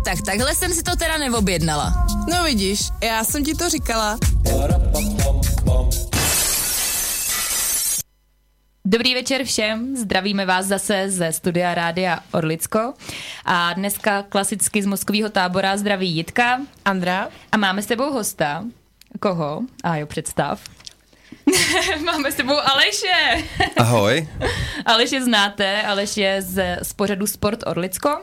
tak takhle jsem si to teda neobjednala. No vidíš, já jsem ti to říkala. Dobrý večer všem, zdravíme vás zase ze studia Rádia Orlicko a dneska klasicky z mozkového tábora zdraví Jitka, Andra a máme s tebou hosta. Koho? A jo, představ. Máme s tebou Aleše. Ahoj. Aleše znáte, Aleš je z pořadu Sport Orlicko.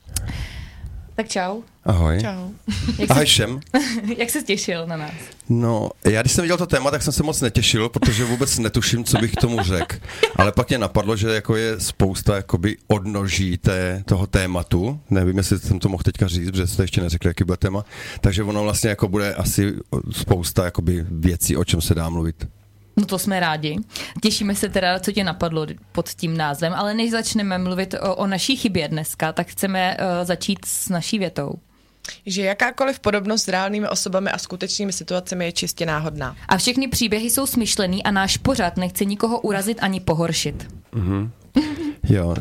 Tak čau. Ahoj. Čau. Ahoj všem. Jak jsi těšil na nás? No, já když jsem viděl to téma, tak jsem se moc netěšil, protože vůbec netuším, co bych k tomu řekl. Ale pak mě napadlo, že jako je spousta jakoby odnoží toho tématu. Nevím, jestli jsem to mohl teďka říct, protože jste ještě neřekli, jaký bude téma. Takže ono vlastně jako bude asi spousta jakoby věcí, o čem se dá mluvit. No to jsme rádi. Těšíme se teda, co tě napadlo pod tím názvem, ale než začneme mluvit o naší chybě dneska, tak chceme začít s naší větou. Že jakákoliv podobnost s reálnými osobami a skutečnými situacemi je čistě náhodná. A všechny příběhy jsou smyšlený a náš pořad nechce nikoho urazit ani pohoršit. Mhm. Jo.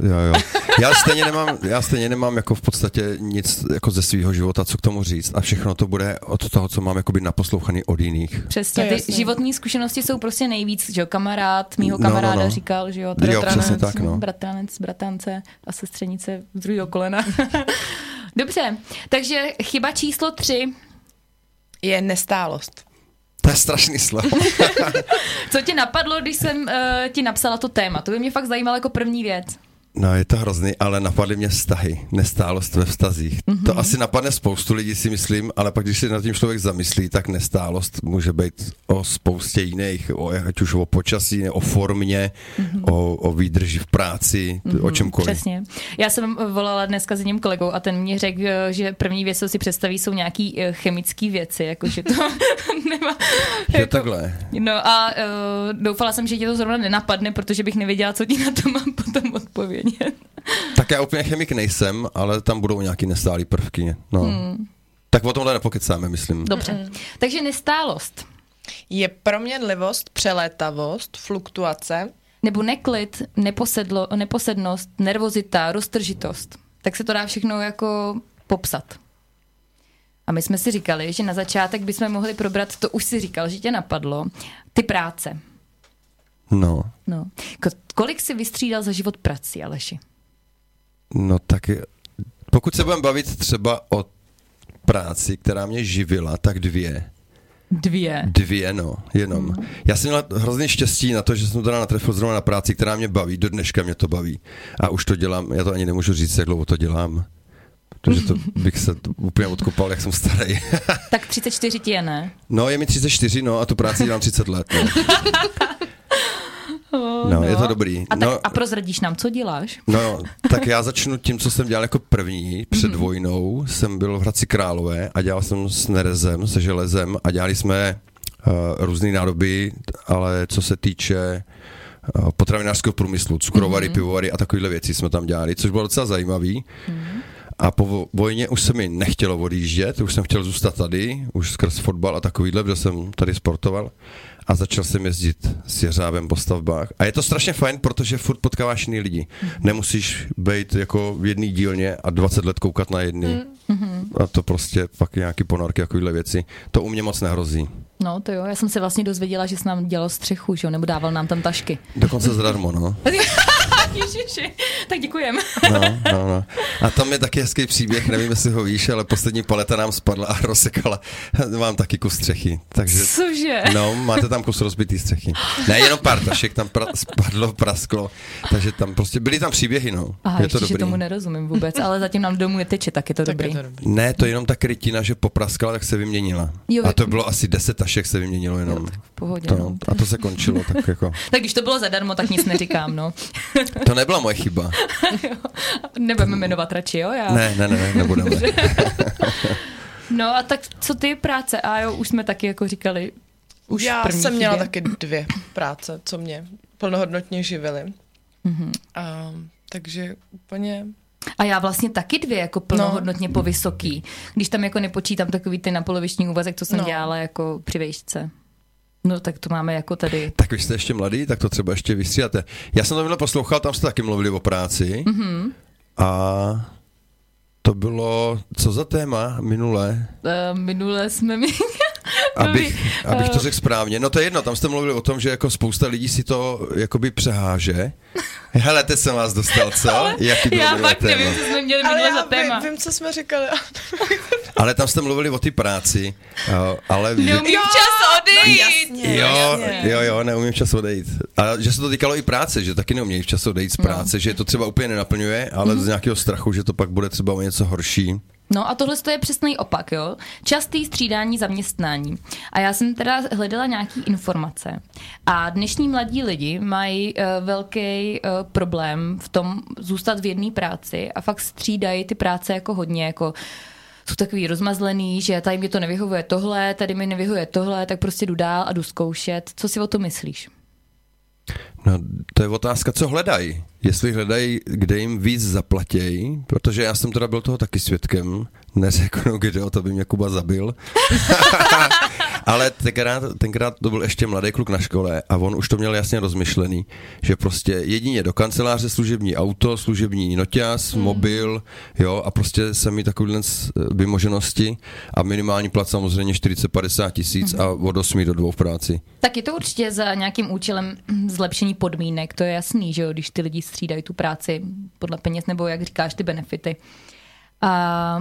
Já stejně nemám jako v podstatě nic jako ze svého života, co k tomu říct, a všechno to bude od toho, co mám jakoby naposlouchaný od jiných. Přesně, ty životní zkušenosti jsou prostě nejvíc, že jo, kamarád mýho kamaráda říkal, že jo, přesně tak, no. Bratranec, bratrance a sestřenice z druhého kolena. Dobře, takže chyba číslo 3 je nestálost. To je strašný slovo. Co tě napadlo, když jsem ti napsala to téma? To by mě fakt zajímalo jako první věc. No, je to hrozný, ale napadly mě vztahy, nestálost ve vztazích. Mm-hmm. To asi napadne spoustu lidí, si myslím, ale pak, když se nad tím člověk zamyslí, tak nestálost může být o spoustě jiných, ať už o počasí, o formě, o výdrži v práci, o čemkoliv. Přesně. Já jsem volala dneska s jedním kolegou a ten mě řekl, že první věc, co si představí, jsou nějaký chemické věci, jakože to nemá... Je takhle. No a doufala jsem, že tě to zrovna nenapadne, protože bych nevěděla, co ti na to mám potom odpovědět. Tak já úplně chemik nejsem, ale tam budou nějaký nestálý prvky. No. Tak o tomhle nepokecáme, myslím. Dobře. Takže nestálost. Je proměnlivost, přelétavost, fluktuace. Nebo neklid, neposednost, nervozita, roztržitost. Tak se to dá všechno jako popsat. A my jsme si říkali, že na začátek bychom mohli probrat, to už si říkal, že tě napadlo, ty práce. No. Kolik jsi vystřídal za život prací, Aleši? No tak pokud se budeme bavit třeba o práci, která mě živila, tak dvě, no, jenom. Já jsem měl hrozný štěstí na to, že jsem teda natrefil zrovna na práci, která mě baví, do dneška mě to baví. A už to dělám, já to ani nemůžu říct, jak dlouho to dělám. Protože to bych se úplně odkopal, jak jsem starý. Tak 34 ti je, ne? No, je mi 34, no, a tu práci dělám 30 let, no. No, je to dobrý. A prozradíš nám, co děláš? No, tak já začnu tím, co jsem dělal jako první. Před vojnou jsem byl v Hradci Králové a dělal jsem s nerezem, se železem a dělali jsme různé nádoby, ale co se týče potravinářského průmyslu, cukrovary, pivovary a takovéhle věci jsme tam dělali, což bylo docela zajímavý. A po vojně už se mi nechtělo odjíždět, už jsem chtěl zůstat tady, už skrz fotbal a takovýhle, protože jsem tady sportoval. A začal jsem jezdit s jeřábem po stavbách. A je to strašně fajn, protože furt potkáváš jiný lidi. Nemusíš být jako v jedné dílně a 20 let koukat na jedny. A to prostě pak nějaký ponorky, takovýhle věci. To u mě moc nehrozí. No to jo, já jsem se vlastně dozvěděla, že jsi nám dělal střechu, že jo, nebo dával nám tam tašky. Dokonce zadarmo, no. Ježiši, tak děkujem. No. A tam je taky hezký příběh, nevím, jestli ho víš, ale poslední paleta nám spadla a rozsekala. Mám taky kus střechy. Takže, cože? No, máte tam kus rozbitý střechy. Ne, jenom pár tašek tam spadlo, prasklo. Takže tam prostě byly tam příběhy, no. Aha, je to ještě, že tomu nerozumím vůbec, ale zatím nám domů neteče, tak je to dobrý. Ne, to je jenom ta krytina, že popraskala, tak se vyměnila. Jo, a to bylo asi 10 tašek se vyměnilo jenom. Jo, tak v pohodě, to, no. A to se končilo tak jako. Tak když to bylo zadarmo, tak nic neříkám, no. To nebyla moje chyba. Nebudeme jmenovat radši, jo? Ne, nebudeme. No a tak co ty práce? A jo, už jsme taky jako říkali. Já jsem měla taky 2 práce, co mě plnohodnotně živily. Takže úplně... A já vlastně taky 2 jako plnohodnotně po vysoký. Když tam jako nepočítám takový ty napoloviční úvazek, co jsem dělala jako při vejšce. No tak to máme jako tady. Tak vy jste ještě mladý, tak to třeba ještě vystřídáte. Já jsem to minule poslouchal, tam jste taky mluvili o práci. A To bylo, co za téma minule? Minule jsme Abych to řekl správně. No to je jedno, tam jste mluvili o tom, že jako spousta lidí si to jakoby přeháže. Hele, teď jsem vás dostal, co? Jaký já fakt nevím, co jsme měli minule za téma. Vím, co jsme říkali. Ale tam jste mluvili o té práci, ale... Neumím včas odejít. No, Jo, neumím včas odejít. A že se to týkalo i práce, že taky neumějí včas odejít z práce, že to třeba úplně nenaplňuje, ale z nějakého strachu, že to pak bude třeba o něco horší. No a tohle je přesný opak, jo. Častý střídání zaměstnání. A já jsem teda hledala nějaký informace. A dnešní mladí lidi mají velký problém v tom zůstat v jedné práci a fakt střídají ty práce jako hodně, jako jsou takový rozmazlený, že tady mi to nevyhovuje tohle, tady mi nevyhovuje tohle, tak prostě jdu dál a jdu zkoušet. Co si o tom myslíš? No, to je otázka, co hledají. Jestli hledají, kde jim víc zaplatějí, protože já jsem teda byl toho taky svědkem, neřeknu kde, to by mě Kuba zabil. Ale tenkrát to byl ještě mladý kluk na škole a on už to měl jasně rozmyšlený, že prostě jedině do kanceláře služební auto, služební noťaz, mobil, jo, a prostě jsem mít takovýhle vymoženosti a minimální plat samozřejmě 40-50 tisíc a od 8 do 2 v práci. Tak je to určitě za nějakým účelem zlepšení podmínek, to je jasný, že jo, když ty lidi střídají tu práci podle peněz nebo jak říkáš, ty benefity. A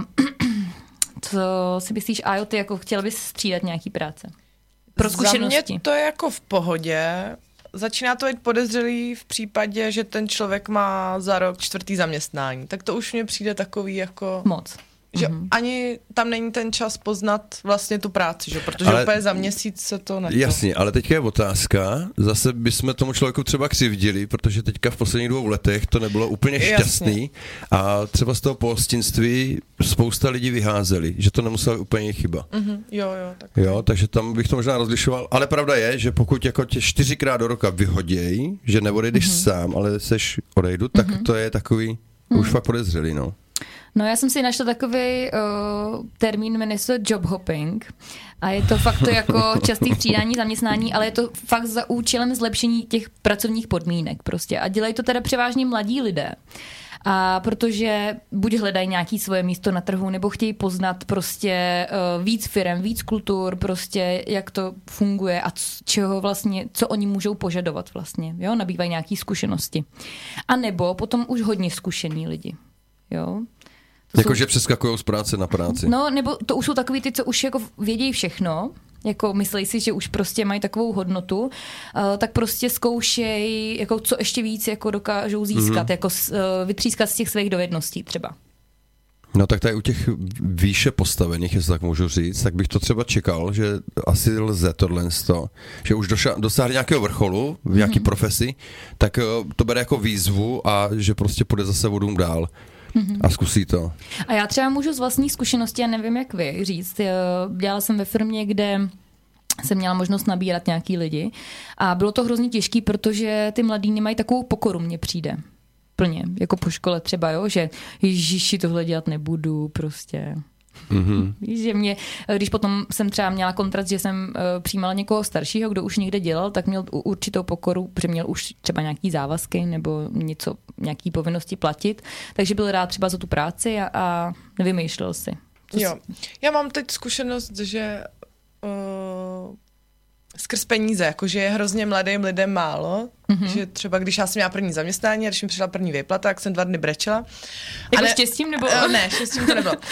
co si myslíš, Ajo, ty jako chtěla bys střídat nějaký práce? Pro zkušenosti. Za mě to je jako v pohodě. Začíná to být podezřelý v případě, že ten člověk má za rok 4. zaměstnání. Tak to už mně přijde takový jako... Moc. Že ani tam není ten čas poznat vlastně tu práci, že? Protože úplně za měsíc se to neto. Jasně, ale teďka je otázka, zase bychom tomu člověku třeba křivdili, protože teďka v posledních 2 letech to nebylo úplně šťastný. Jasně. A třeba z toho pohostinství spousta lidí vyházeli, že to nemusela úplně chyba. Jo, tak. Jo, takže tam bych to možná rozlišoval, ale pravda je, že pokud jako tě 4krát do roka vyhodějí, že neodejdeš sám, ale seš odejdu, tak to je takový už fakt podezřelý, no. No já jsem si našla takový termín, jmenuje se job hopping a je to fakt to jako častý střídání zaměstnání, ale je to fakt za účelem zlepšení těch pracovních podmínek prostě a dělají to teda převážně mladí lidé. A protože buď hledají nějaké svoje místo na trhu, nebo chtějí poznat prostě víc firem, víc kultur, prostě jak to funguje a čeho vlastně, co oni můžou požadovat vlastně, jo, nabývají nějaké zkušenosti. A nebo potom už hodně zkušení lidi, jo. Jakože přeskakujou z práce na práci. No, nebo to už jsou takový ty, co už jako vědějí všechno, jako myslí si, že už prostě mají takovou hodnotu, tak prostě zkoušej, jako co ještě víc jako dokážou získat, jako vytřískat z těch svých dovedností třeba. No tak tady u těch výše postavených, jestli tak můžu říct, tak bych to třeba čekal, že asi lze tohle, že už dosáhne nějakého vrcholu v nějaký profesi, tak to bere jako výzvu a že prostě půjde zase vodům dál. A zkusí to. A já třeba můžu z vlastní zkušenosti, já nevím, jak vy říct, dělala jsem ve firmě, kde jsem měla možnost nabírat nějaký lidi a bylo to hrozně těžký, protože ty mladí nemají takovou pokoru, mně přijde. Plně, jako po škole třeba, jo, že ježiši, tohle dělat nebudu, prostě. Že mě, když potom jsem třeba měla kontrakt, že jsem přijímala někoho staršího, kdo už někde dělal, tak měl určitou pokoru, protože měl už třeba nějaký závazky nebo něco, nějaký povinnosti platit, takže byl rád třeba za tu práci a nevymýšlel si. Jo, já mám teď zkušenost, že skrz peníze, jakože je hrozně mladým lidem málo, že třeba když já jsem měla první zaměstnání a když mi přišla první výplata, tak jsem 2 dny brečela. Jako štěstím nebo? Ne, štěstím to nebylo.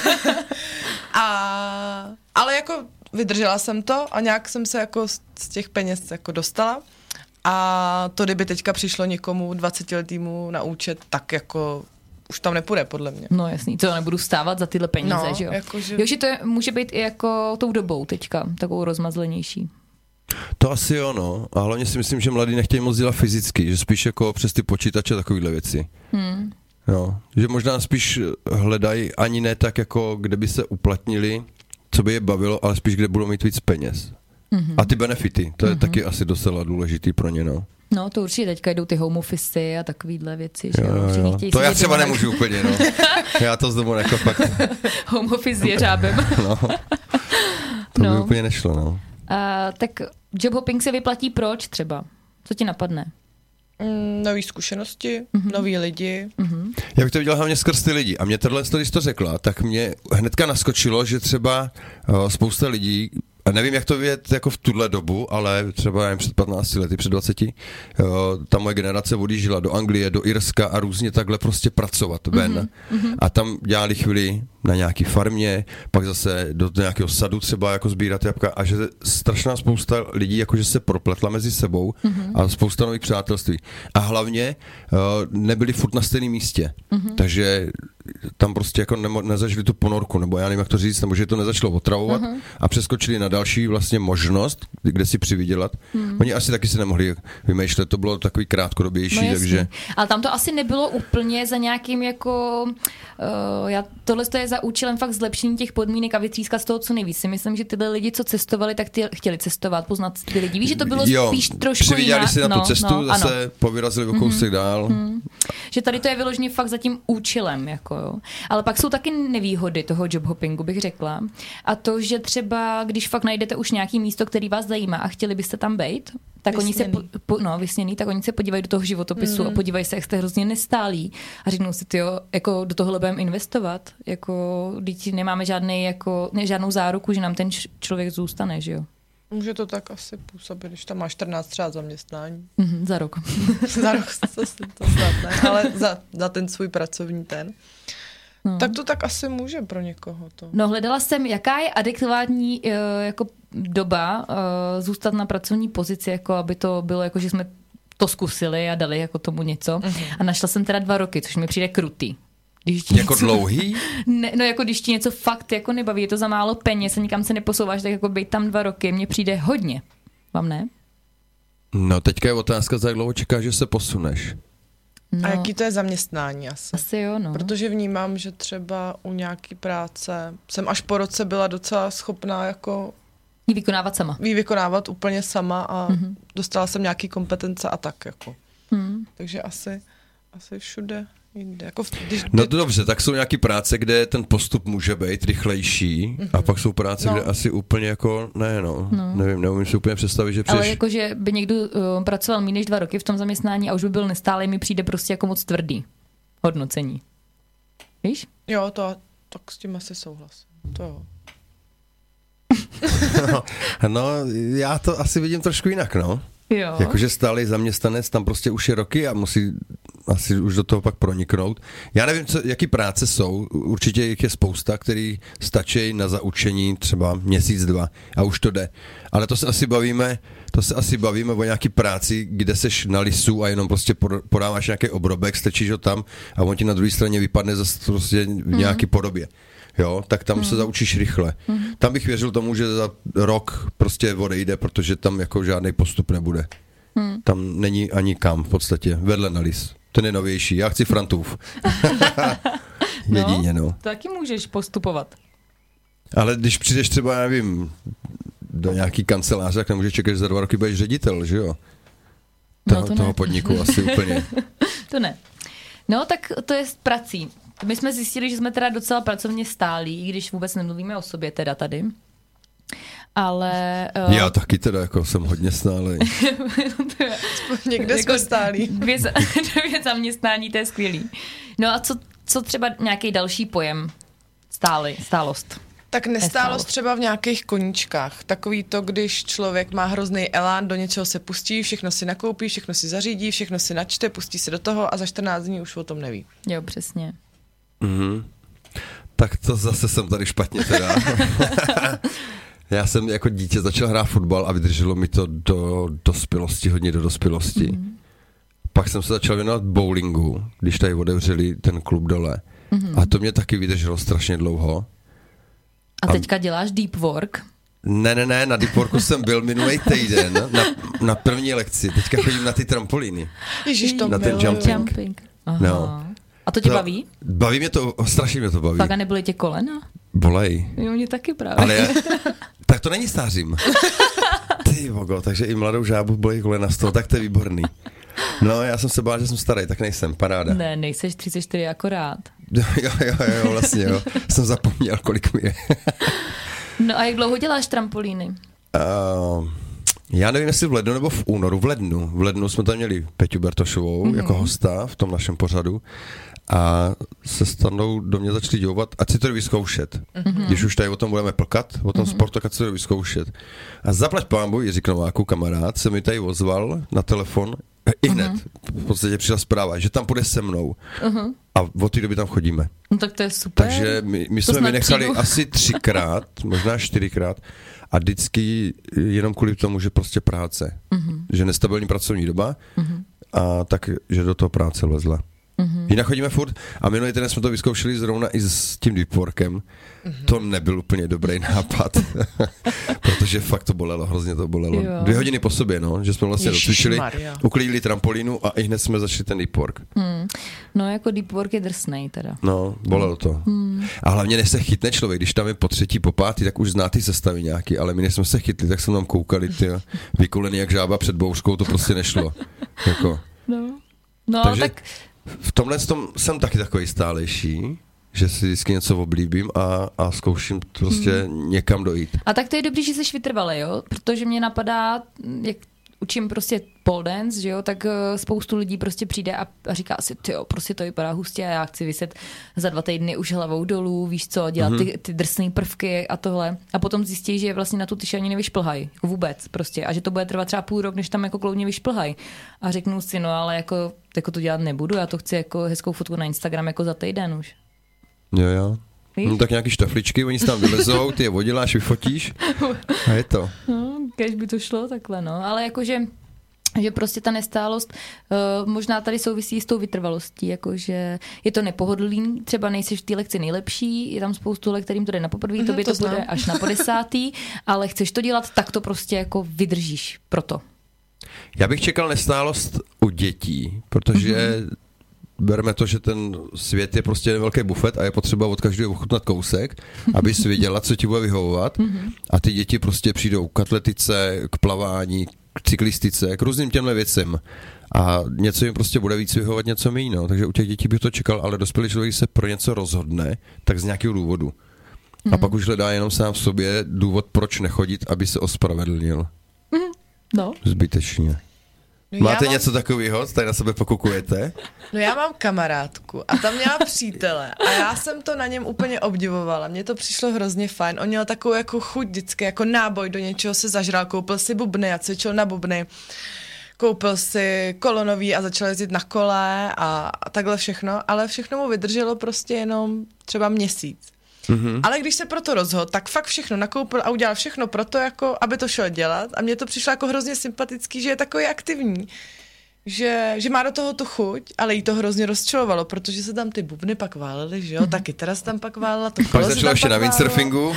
Ale jako vydržela jsem to a nějak jsem se jako z těch peněz jako dostala a to, kdyby teďka přišlo někomu 20letýmu na účet, tak jako už tam nepůjde, podle mě. No jasný, to nebudu vstávat za tyhle peníze, že jo? Jo, že to může být i jako tou dobou teďka, takovou rozmazlenější. To asi jo, no. A hlavně si myslím, že mladí nechtějí moc dělat fyzicky, že spíš jako přes ty počítače takovýhle věci. Jo. Že možná spíš hledají ani ne tak, jako kde by se uplatnili, co by je bavilo, ale spíš kde budou mít víc peněz. A ty benefity, to je taky asi docela důležitý pro ně, no. No, to určitě teďka jdou ty home office a takovýhle věci, že jo. To já třeba nemůžu úplně, no. Já to z domu jako fakt. Home office s jeřábem. No. To by úplně nešlo, no. Tak job hopping se vyplatí proč třeba? Co ti napadne? Nový zkušenosti, noví lidi. Já bych to viděl hlavně skrz ty lidi. A mě tohle, když to řekla, tak mě hnedka naskočilo, že třeba spousta lidí, a nevím, jak to je jako v tuhle dobu, ale třeba jen před 15 lety, před 20, ta moje generace odjížděla do Anglie, do Irska a různě takhle prostě pracovat ven. A tam dělali chvíli na nějaký farmě, pak zase do nějakého sadu třeba jako sbírat jabka a že strašná spousta lidí jakože se propletla mezi sebou a spousta nových přátelství. A hlavně nebyli furt na stejném místě. Takže tam prostě jako nezažili tu ponorku, nebo já nevím, jak to říct, nebo že to nezačalo otravovat a přeskočili na další vlastně možnost, kde si přivydělat. Oni asi taky se nemohli vymýšlet, to bylo takový krátkodobější, no takže... Ale tam to asi nebylo úplně za nějakým jako... tohle je za účelem fakt zlepšení těch podmínek a vytřískat z toho, co nejvíc. Si myslím, že tyhle lidi, co cestovali, tak ty chtěli cestovat, poznat ty lidi. Víš, že to bylo spíš trošku jinak. Přivydělali si na tu cestu, zase povyrazili o kousek dál. Že tady to je vyloženě fakt za tím účelem, jako jo. Ale pak jsou taky nevýhody toho jobhoppingu, bych řekla. A to, že třeba, když fakt najdete už nějaký místo, který vás zajímá a chtěli byste tam být, tak vysněný. Vysněný, tak oni se podívají do toho životopisu a podívají se, jak jste hrozně nestálí a řeknou si, tyjo, jako do tohohle budeme investovat, jako když nemáme žádnou záruku, že nám ten člověk zůstane, že jo. Může to tak asi působit, když tam máš 14 třeba zaměstnání. Za rok. Za rok to snad ne, ale za ten svůj pracovní ten. Tak to tak asi může pro někoho to. No, hledala jsem, jaká je adekvátní jako doba zůstat na pracovní pozici, jako aby to bylo, jako že jsme to zkusili a dali jako tomu něco. A našla jsem teda 2 roky, což mi přijde krutý. Jako dlouhý? Ne, no jako když ti něco fakt jako nebaví, je to za málo peněz a nikam se neposouváš, tak jako být tam 2 roky, mně přijde hodně. Vám ne? No teďka je otázka, za jak dlouho čekáš, že se posuneš. No, a jaký to je zaměstnání asi? Asi jo, no. Protože vnímám, že třeba u nějaký práce jsem až po roce byla docela schopná jako ji vykonávat sama. Ji vykonávat úplně sama a dostala jsem nějaký kompetence a tak jako. Takže asi všude jinde. Jako no to dobře, tak jsou nějaký práce, kde ten postup může být rychlejší a pak jsou práce, kde asi úplně jako nevím, neumím si úplně představit, že Ale jako, že by někdo pracoval méně než 2 roky v tom zaměstnání a už by byl nestálý, mi přijde prostě jako moc tvrdý hodnocení. Víš? Jo, tak s tím asi souhlasím. To jo. No, já to asi vidím trošku jinak, no. Jo. Jakože stálý zaměstnanec tam prostě už je roky a musí asi už do toho pak proniknout. Já nevím, jaký práce jsou, určitě jich je spousta, který stačí na zaučení třeba měsíc, 2 a už to jde. Ale to se asi bavíme o nějaký práci, kde seš na lisu a jenom prostě podáváš nějaký obrobek, strčíš ho tam a on ti na druhé straně vypadne zase prostě v nějaký podobě. Jo, tak tam se zaučíš rychle. Tam bych věřil tomu, že za rok prostě odejde, protože tam jako žádný postup nebude. Tam není ani kam v podstatě, vedle na lis. Ten je novější, já chci Frantův. Jedině, no. Taky můžeš postupovat. Ale když přijdeš třeba, já nevím, do nějaký kanceláře, tak nemůžeš čekat, že za 2 roky budeš ředitel, že jo? Toho podniku asi úplně. To ne. No, tak to je s prací. My jsme zjistili, že jsme teda docela pracovně stálí, i když vůbec nemluvíme o sobě teda tady. Ale... Já taky teda jako jsem hodně stálý. Někde jako jsme stálí. 2 zaměstnání, to je skvělý. No a co třeba nějaký další pojem? Stálost. Tak nestálost třeba v nějakých koníčkách. Takový to, když člověk má hrozný elán, do něčeho se pustí, všechno si nakoupí, všechno si zařídí, všechno si načte, pustí se do toho a za 14 dní už o tom neví. Jo, přesně. Tak to zase jsem tady špatně teda. Já jsem jako dítě začal hrát fotbal a vydrželo mi to do dospělosti, hodně do dospělosti. Pak jsem se začal věnovat bowlingu, když tady otevřeli ten klub dole. A to mě taky vydrželo strašně dlouho. A teďka děláš deep work? Ne, na deep worku jsem byl minulý týden na první lekci. Teďka chodím na ty trampolíny. Ježiš, to na ten jumping. Aha. No. A to tě baví? Baví mě to, strašně mě to baví. Pak a nebyly tě kolena? Bolej. Jo, mě taky právě. Ale tak to není stářím. Ty vogo, takže i mladou žábu bolí kolena z toho, tak to je výborný. No, já jsem se bál, že jsem starý, tak nejsem, paráda. Ne, nejseš 34 akorát. Jo, vlastně jo. Jsem zapomněl, kolik mi je. No a jak dlouho děláš trampolíny? Já nevím, jestli v lednu nebo v únoru. V lednu jsme tam měli Peťu Bertošovou jako hosta v tom našem pořadu a se Standou do mě začali dívat, ať si to vyzkoušet. Když už tady o tom budeme plkat, o tom sportu, ať si to vyzkoušet. A zaplať pánbu, Jiřík Nováku, kamarád, se mi tady ozval na telefon i hned. V podstatě přišla zpráva, že tam půjde se mnou. A od té doby tam chodíme. No tak to je super. Takže my jsme vynechali asi 3krát, možná 4krát. A vždycky jenom kvůli tomu, že prostě práce. Že nestabilní pracovní doba a tak, že do toho práce lezla. Jinak chodíme furt a minulý týden jsme to vyzkoušeli zrovna i s tím deep workem. To nebyl úplně dobrý nápad, protože fakt to bolelo, hrozně to bolelo. Jo. 2 hodiny po sobě, no, že jsme vlastně docvičili, uklidili trampolínu a i hned jsme začali ten deep work. No jako deep work je drsnej teda. No, bolelo to. A hlavně než se chytne člověk, když tam je po 3., po 5., tak už zná ty sestavy nějaký, ale my než jsme se chytli, tak jsme tam koukali, vykulený jak žába před bouřkou, to prostě nešlo. Jako. No takže tak v tomhle jsem taky takový stálejší, že si vždycky něco oblíbím a zkouším prostě někam dojít. A tak to je dobrý, že jsi vytrvalý, jo? Protože mě napadá, jak učím prostě pole dance, že jo, tak spoustu lidí prostě přijde a říká si, tyjo, prostě to vypadá hustě a já chci vyset za 2 týdny už hlavou dolů, víš co, dělat ty drsné prvky a tohle. A potom zjistí, že vlastně na tu tyč ani nevyšplhají, jako vůbec prostě. A že to bude trvat třeba půl rok, než tam jako kloudně vyšplhají. A řeknu si, no ale jako to dělat nebudu, já to chci jako hezkou fotku na Instagram jako za týden už. Jo. No, tak nějaký štafličky, oni se tam vylezou, ty je odděláš, vyfotíš a je to. No, kež by to šlo takhle, no. Ale jakože že prostě ta nestálost možná tady souvisí s tou vytrvalostí, jakože je to nepohodlný, třeba nejsi v té lekci nejlepší, je tam spoustu let, kterým to jde na poprvé, tobě to bude až na 50., ale chceš to dělat, tak to prostě jako vydržíš proto. Já bych čekal nestálost u dětí, protože bereme to, že ten svět je prostě velký bufet a je potřeba od každého ochutnat kousek, aby si věděla, co ti bude vyhovovat. A ty děti prostě přijdou k atletice, k plavání, k cyklistice, k různým těmhle věcem. A něco jim prostě bude víc vyhovovat, něco méně. No. Takže u těch dětí bych to čekal, ale dospělý člověk se pro něco rozhodne, tak z nějakého důvodu. A pak už hledá jenom sám v sobě důvod, proč nechodit, aby se ospravedlnil. No. Zbytečně. No, máte něco takového, tady na sebe pokukujete? No já mám kamarádku a tam měla přítele a já jsem to na něm úplně obdivovala. Mně to přišlo hrozně fajn. On měl takovou jako chuť vždycky, jako náboj do něčeho se zažral, koupil si bubny a cvičil na bubny. Koupil si kolonový a začal jezdit na kole a takhle všechno, ale všechno mu vydrželo prostě jenom třeba měsíc. Ale když se proto rozhodl, tak fakt všechno nakoupil a udělal všechno proto, jako, aby to šel dělat. A mně to přišlo jako hrozně sympatický, že je takový aktivní. Že má do toho tu chuť, ale jí to hrozně rozčilovalo, protože se tam ty bubny pak válely, že jo? Ta kytara se tam pak válela, to kolo se začalo ještě na windsurfingu.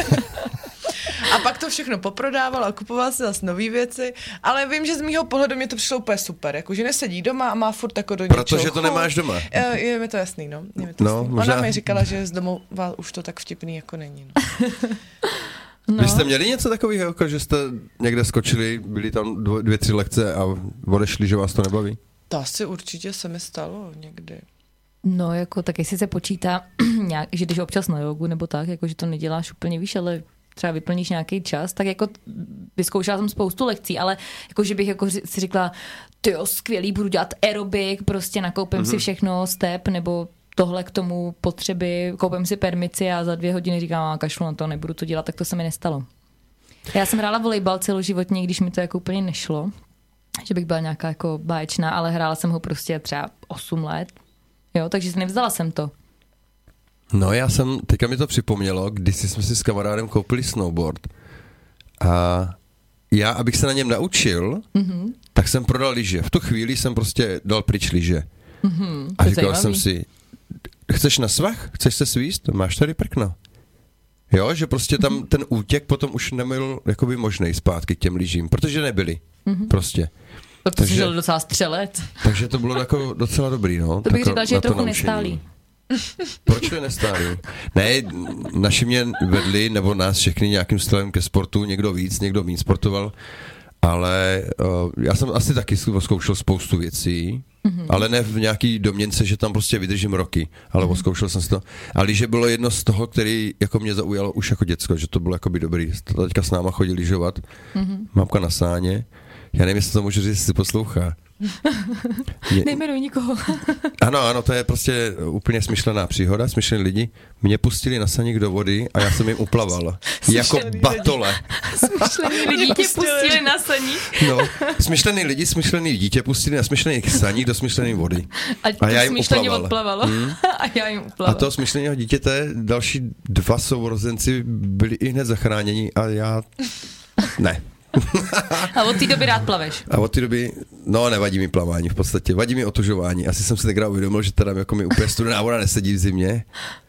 A pak to všechno poprodával a kupoval si zase nový věci, ale vím, že z mýho pohledu mě to přišlo úplně super, jako že nesedí doma a má furt jako do něčeho. Protože to nemáš doma. Je mi to jasný, no. Možná... Ona mi říkala, že z domova už to tak vtipný jako není. No. No. Vy jste měli něco takového, jako že jste někde skočili, byly tam 2-3 lekce a odešli, že vás to nebaví? To asi určitě se mi stalo někdy. No, jako tak jestli se počítá, že když občas na jogu nebo tak, jako že to neděláš úplně, víš, ale třeba vyplníš nějaký čas, tak jako vyzkoušela jsem spoustu lekcí, ale jako, že bych jako si řekla, tyjo, skvělý, budu dělat aerobik, prostě nakoupím si všechno, step, nebo tohle k tomu potřeby, koupím si permici a za 2 hodiny říkám, kašlu na to, nebudu to dělat, tak to se mi nestalo. Já jsem hrála volejbal celoživotně, když mi to jako úplně nešlo, že bych byla nějaká jako báječná, ale hrála jsem ho prostě třeba 8 let, jo, takže nevzdala jsem to. No teďka mi to připomnělo, když jsme si s kamarádem koupili snowboard a já, abych se na něm naučil, tak jsem prodal lyže. V tu chvíli jsem prostě dal pryč lyže. A říkal jsem si, chceš na svah? Chceš se svíst? Máš tady prkno. Jo, že prostě tam ten útěk potom už nebyl jakoby možnej zpátky k těm lyžím, protože nebyli. Prostě. To jsi žil docela střelec. Takže to bylo jako docela dobrý, no. To bych říkala, že je trochu nestálý. Proč to je nestálý? Ne, naši mě vedli, nebo nás všechny nějakým stylem ke sportu, někdo víc, někdo méně sportoval Ale já jsem asi taky zkoušel spoustu věcí, ale ne v nějaký domněnce, že tam prostě vydržím roky, ale zkoušel jsem si to. A lyže bylo jedno z toho, který jako mě zaujalo už jako děcko, že to bylo jakoby dobrý. Teďka s náma chodí lyžovat, mámka na sáně. Já nevím, jestli to můžu říct, jestli poslouchá. Nejmenuj nikoho. Ano, to je prostě úplně smyšlená příhoda, smyšlení lidi. Mě pustili na saník do vody a já jsem jim uplaval. Jako batole. Smyšlený lidi tě pustili na saník. No, smyšlený lidi, smyšlený dítě pustili na smyšlený saník do smyšlený vody. A já jim odplavalo. A já jim uplaval. A toho smyšleného dítěte další 2 sourozenci byli i hned zachráněni a já ne. A od té doby rád plaveš? A od té doby, no nevadí mi plavání v podstatě, vadí mi otužování. Asi jsem si tenkrát uvědomil, že teda jako mi úplně studená voda nesedí v zimě.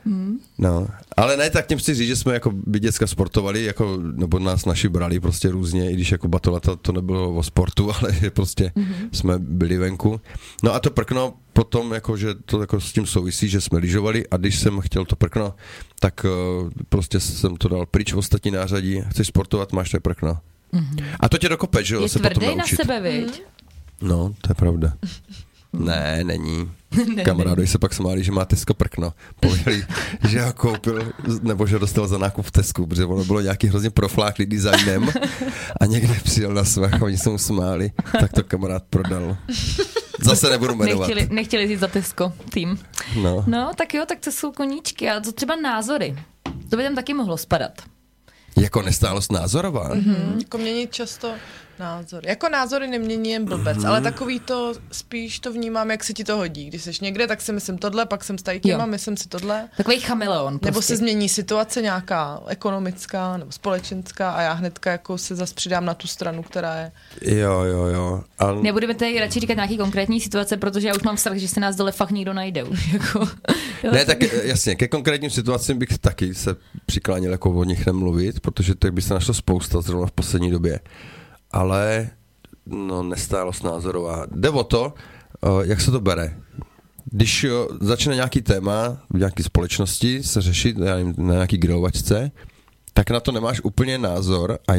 No, ale ne, tak tím chci říct, že jsme jako by děcka sportovali, jako, nebo nás naši brali prostě různě, i když jako batola to nebylo o sportu, ale že prostě jsme byli venku. No a to prkno potom, jako, že to jako s tím souvisí, že jsme lyžovali a když jsem chtěl to prkno, tak prostě jsem to dal pryč v ostatní nářadí. Chceš sportovat, máš to prkno. A to tě dokope, že jo, se potom naučit. Je tvrdý na sebe, viď? No, to je pravda. Ne, není. Kamarádovi se pak smáli, že má Tesco prkno. Pověděli, že ho koupil, nebo že dostal za nákup v Tesku, protože ono bylo nějaký hrozně profláklý designem a někde přijel na svách a oni se mu smáli, tak to kamarád prodal. Zase nebudu jmenovat. Nechtěli jít za Tesco tým. No, tak jo, tak to jsou koníčky. A to třeba názory. To by tam taky mohlo spadat. Jako nestálost názorová. Jako měnit často názor. Jako názory nemění jen blbec, ale takový to spíš to vnímám, jak se ti to hodí. Když seš někde, tak si myslím tohle, pak jsem s tajkem a myslím si tohle. Takový chameleon. Prostě. Nebo se změní situace nějaká ekonomická nebo společenská a já hnedka jako se zas přidám na tu stranu, která je. Jo. Ale... Nebudeme tady radši říkat nějaký konkrétní situace, protože já už mám strach, že se nás dole fakt nikdo najde už. Jako. Ne, tak jasně, ke konkrétním situacím bych taky se přikláněl jako o nich nemluvit, protože tak by se našlo spousta zrovna v poslední době. Ale no, nestálost názorová. Jde o to, jak se to bere. Když začne nějaký téma v nějaké společnosti se řešit na nějaký grilovačce, tak na to nemáš úplně názor a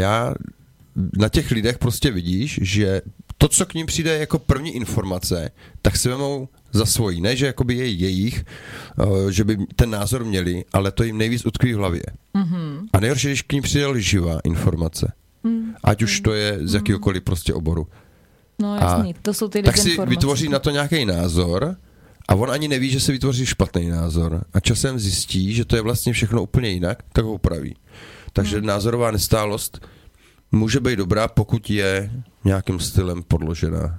na těch lidech prostě vidíš, že to, co k ním přijde jako první informace, tak si vemou za svojí. Ne, že jakoby je jejich, že by ten názor měli, ale to jim nejvíc utkví v hlavě. A nejhorší, když k ním přijde lživá informace. Ať už to je z jakýhokoliv prostě oboru. No jasný, to jsou ty tak si vytvoří na to nějaký názor a on ani neví, že se vytvoří špatný názor. A časem zjistí, že to je vlastně všechno úplně jinak, tak ho upraví. Takže názorová nestálost může být dobrá, pokud je nějakým stylem podložená.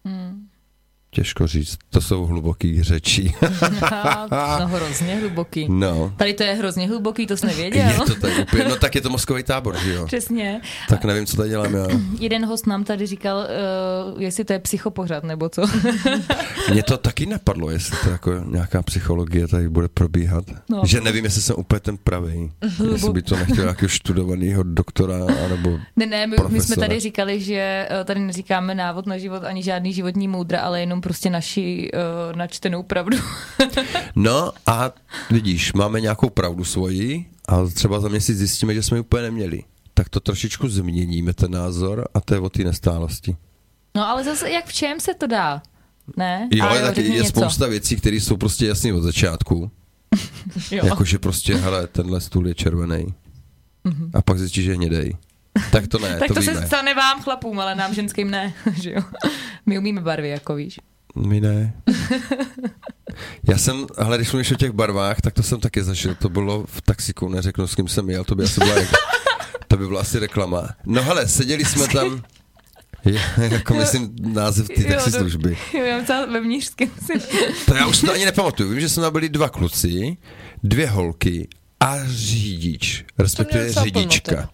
Těžko říct, to jsou hluboký řeči. No hrozně hluboký. No. Tady to je hrozně hluboký, to jsi nevěděl. Je to tak úplně, no tak je to mozkový tábor, že jo? Přesně. Tak nevím, co tady dělám já. Jeden host nám tady říkal, jestli to je psychopořad, nebo co. Mně to taky napadlo, jestli to jako nějaká psychologie tady bude probíhat. No. Že nevím, jestli jsem úplně ten pravý. Jestli by to nechtěl nějakého študovaného doktora, anebo my jsme tady říkali, že tady neříkáme návod na život ani žádný životní moudra, ale jenom prostě naši načtenou pravdu. No a vidíš, máme nějakou pravdu svoji a třeba za měsíc zjistíme, že jsme ji úplně neměli. Tak to trošičku změníme ten názor a to je o té nestálosti. No ale zase jak v čem se to dá? Ne? Jo, ale taky je spousta věcí, které jsou prostě jasný od začátku. Jakože prostě, hele, tenhle stůl je červený. A pak zjistíš, že je hnědej. Tak to ne, tak to víme. se stane vám chlapům, ale nám ženským ne. Že jo? My umíme barvy, jako víš. My ne. Já jsem, hele, když mluvíš o těch barvách, tak to jsem taky zažil. To bylo v taxiku, neřeknu, s kým jsem jel, to by byla asi reklama. No hele, seděli jsme tam, jako myslím název té taxislužby. Jo, já mám vevnitřským. To já už to ani nepamatuju. Vím, že jsme tam byli 2 kluci, 2 holky a řidič, respektive řidička.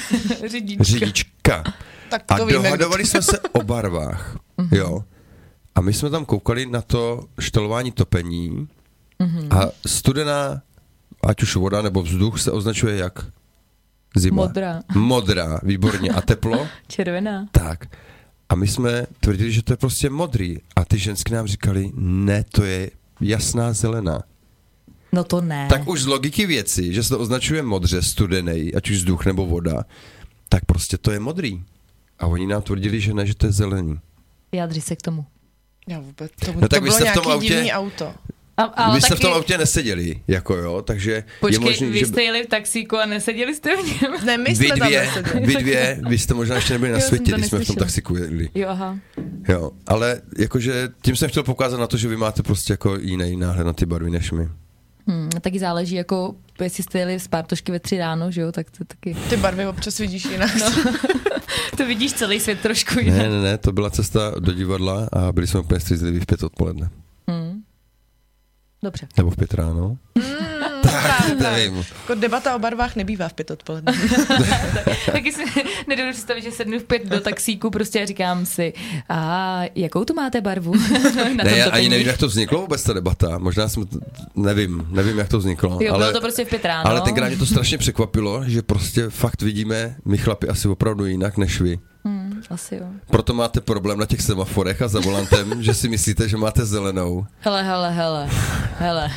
Řidička. A dohadovali jsme se o barvách. Jo. A my jsme tam koukali na to štelování topení a studená, ať už voda nebo vzduch, se označuje jak? Zima. Modrá, výborně. A teplo? Červená. Tak. A my jsme tvrdili, že to je prostě modrý. A ty ženské nám říkali, ne, to je jasná zelená. No to ne. Tak už z logiky věci, že se to označuje modře, studenej, ať už vzduch nebo voda, tak prostě to je modrý. A oni nám tvrdili, že ne, že to je zelený. Vyjádři se k tomu. Já vůbec, No tak to vy bylo jste v tom nějaký autě- divný auto. Ale Vy jste taky... v tom autě neseděli, jako jo, takže Počkej, je možný, vy že... jste jeli v taxíku a neseděli jste v něm? Ne, my jsme tam neseděli. Vy jste možná ještě nebyli na Jo, jsem světě, to když jsme v tom neslyšela. taxiku jeli. Jo, aha. Jo, ale jakože tím jsem chtěl poukázat na to, že vy máte prostě jako jiný náhled na ty barvy než my. Taky záleží, jako jestli jste jeli z Pártošky ve 3 ráno, že jo, tak to taky... Ty barvy občas vidíš jinak. No. To vidíš celý svět trošku jinak. Ne, to byla cesta do divadla a byli jsme úplně střízliví v 5 odpoledne. Dobře. Nebo v 5 ráno. Právě. Nevím. Jako debata o barvách nebývá v 5 odpoledne. Taky si nedovedu představit, že sednu v 5 do taxíku prostě a říkám si, a jakou tu máte barvu? Na Ne, já tomto ani pení? nevím, jak to vzniklo vůbec ta debata. Možná jsem, nevím, jak to vzniklo. Jo, ale, bylo to prostě v 5 ráno. ale tenkrát mě to strašně překvapilo, že prostě fakt vidíme my chlapi asi opravdu jinak než vy. Asi jo. Proto máte problém na těch semaforech a za volantem, že si myslíte, že máte zelenou. Hele.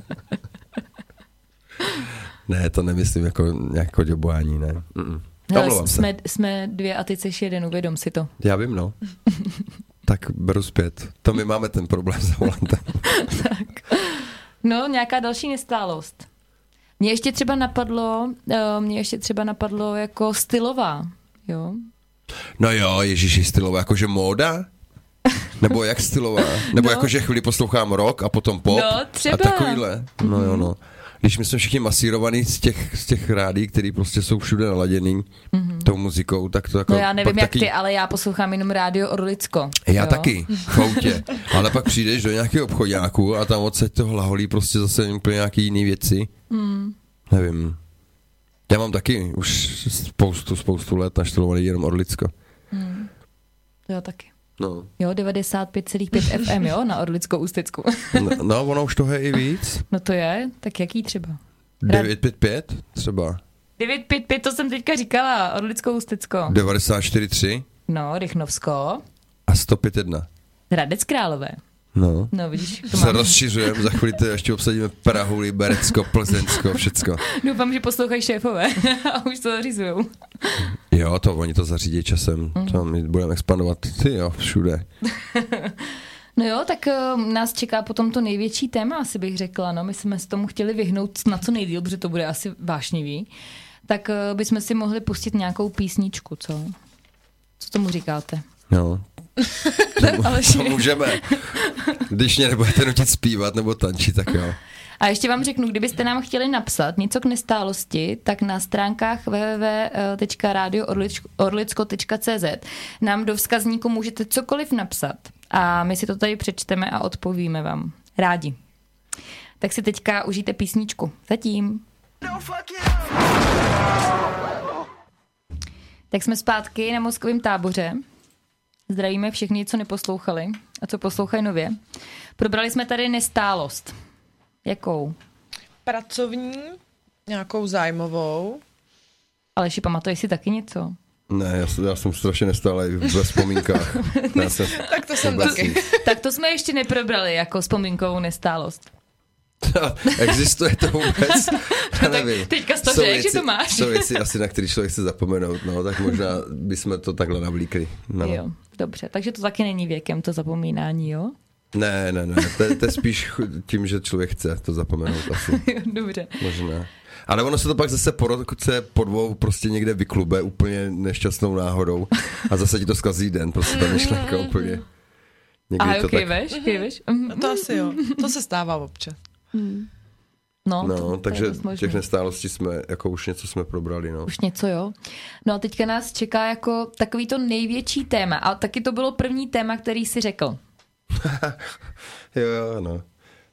Ne, to nemyslím jako děbování, ne. Hele, Omlouvám se. jsme 2 a ty jsi 1, uvědom si to. Já vím, no. Tak beru zpět. To my máme ten problém za volantem. Tak. No, nějaká další nestálost. Mně ještě třeba napadlo jako stylová, jo. No jo, ježiši, stylová, jakože móda? Nebo jak stylová? Nebo No. jakože chvíli poslouchám rock a potom pop? No, třeba. A takovýhle. No jo, no. Když my jsme všichni masírovaný z těch rádí, který prostě jsou všude naladěný tou muzikou, tak to jako... No já nevím pak jak taky... ty, ale já poslouchám jenom rádio Orlicko. Já jo? taky, v autě. Ale pak přijdeš do nějakého obchodňáku a tam odsaď to hlaholí prostě zase úplně nějaký jiný věci. Nevím. Já mám taky už spoustu let naštylovaný jenom Orlicko. Jo, taky. No. Jo, 95,5 FM, jo, na Orlickou Ústecku. No, ono už toho je i víc. No to je, tak jaký třeba? 955 třeba. 955, to jsem teďka říkala, Orlickou Ústecko. 94.3 No, Rychnovsko, a 105.1. Hradec Králové. No. No vidíš, to Se mám. rozšiřujeme, za chvíli to ještě obsadíme Prahu, Liberecko, Plzeňsko, všecko. Doufám, že poslouchají šéfové a už to zařizujou. Jo, to oni to zařídí časem. To my budeme expandovat, ty jo, všude. No jo, tak nás čeká potom to největší téma, asi bych řekla. No, my jsme se tomu chtěli vyhnout na co nejdýl, protože to bude asi vášnivý. Tak bychom si mohli pustit nějakou písničku, co? Co tomu říkáte? Jo. Ale To můžeme. Když mě nebudete nutit zpívat nebo tančit, tak jo. A ještě vám řeknu, kdybyste nám chtěli napsat něco k nestálosti, tak na stránkách www.radioorlicko.cz nám do vzkazníku můžete cokoliv napsat a my si to tady přečteme a odpovíme vám. Rádi. Tak si teďka užijte písničku. Zatím. Tak jsme zpátky na Mozkovém táboře. Zdravíme všechny, co neposlouchali a co poslouchají nově. Probrali jsme tady nestálost. Jakou? Pracovní, nějakou zájmovou. Aleši, pamatuješ si taky něco? Ne, já jsem strašně nestálej ve vzpomínkách. Tak to jsem taky. Tak to jsme ještě neprobrali jako vzpomínkovou nestálost. Existuje to vůbec? Já nevím. Teďka jsi to Jsou řekl, věci- že to máš. Jsou věci asi, na který člověk chce zapomenout, no, tak možná bychom to takhle navlíkli. No. Jo, dobře. Takže to taky není věkem, to zapomínání, jo? Ne, to je spíš tím, že člověk chce to zapomenout asi. Dobře. Možná. Ale ono se to pak zase po roce, po dvou prostě někde vyklube úplně nešťastnou náhodou a zase ti to zkazí den, prostě ta myšlenka úplně. Někdy A jo, to kejveš? No to asi jo. To se stává občas. No, No, to takže je dost možný. těch nestálostí jsme, jako už něco jsme probrali, no. Už něco, jo. No a teďka nás čeká jako takový to největší téma. A taky to bylo první téma, který jsi řekl. Jo, no.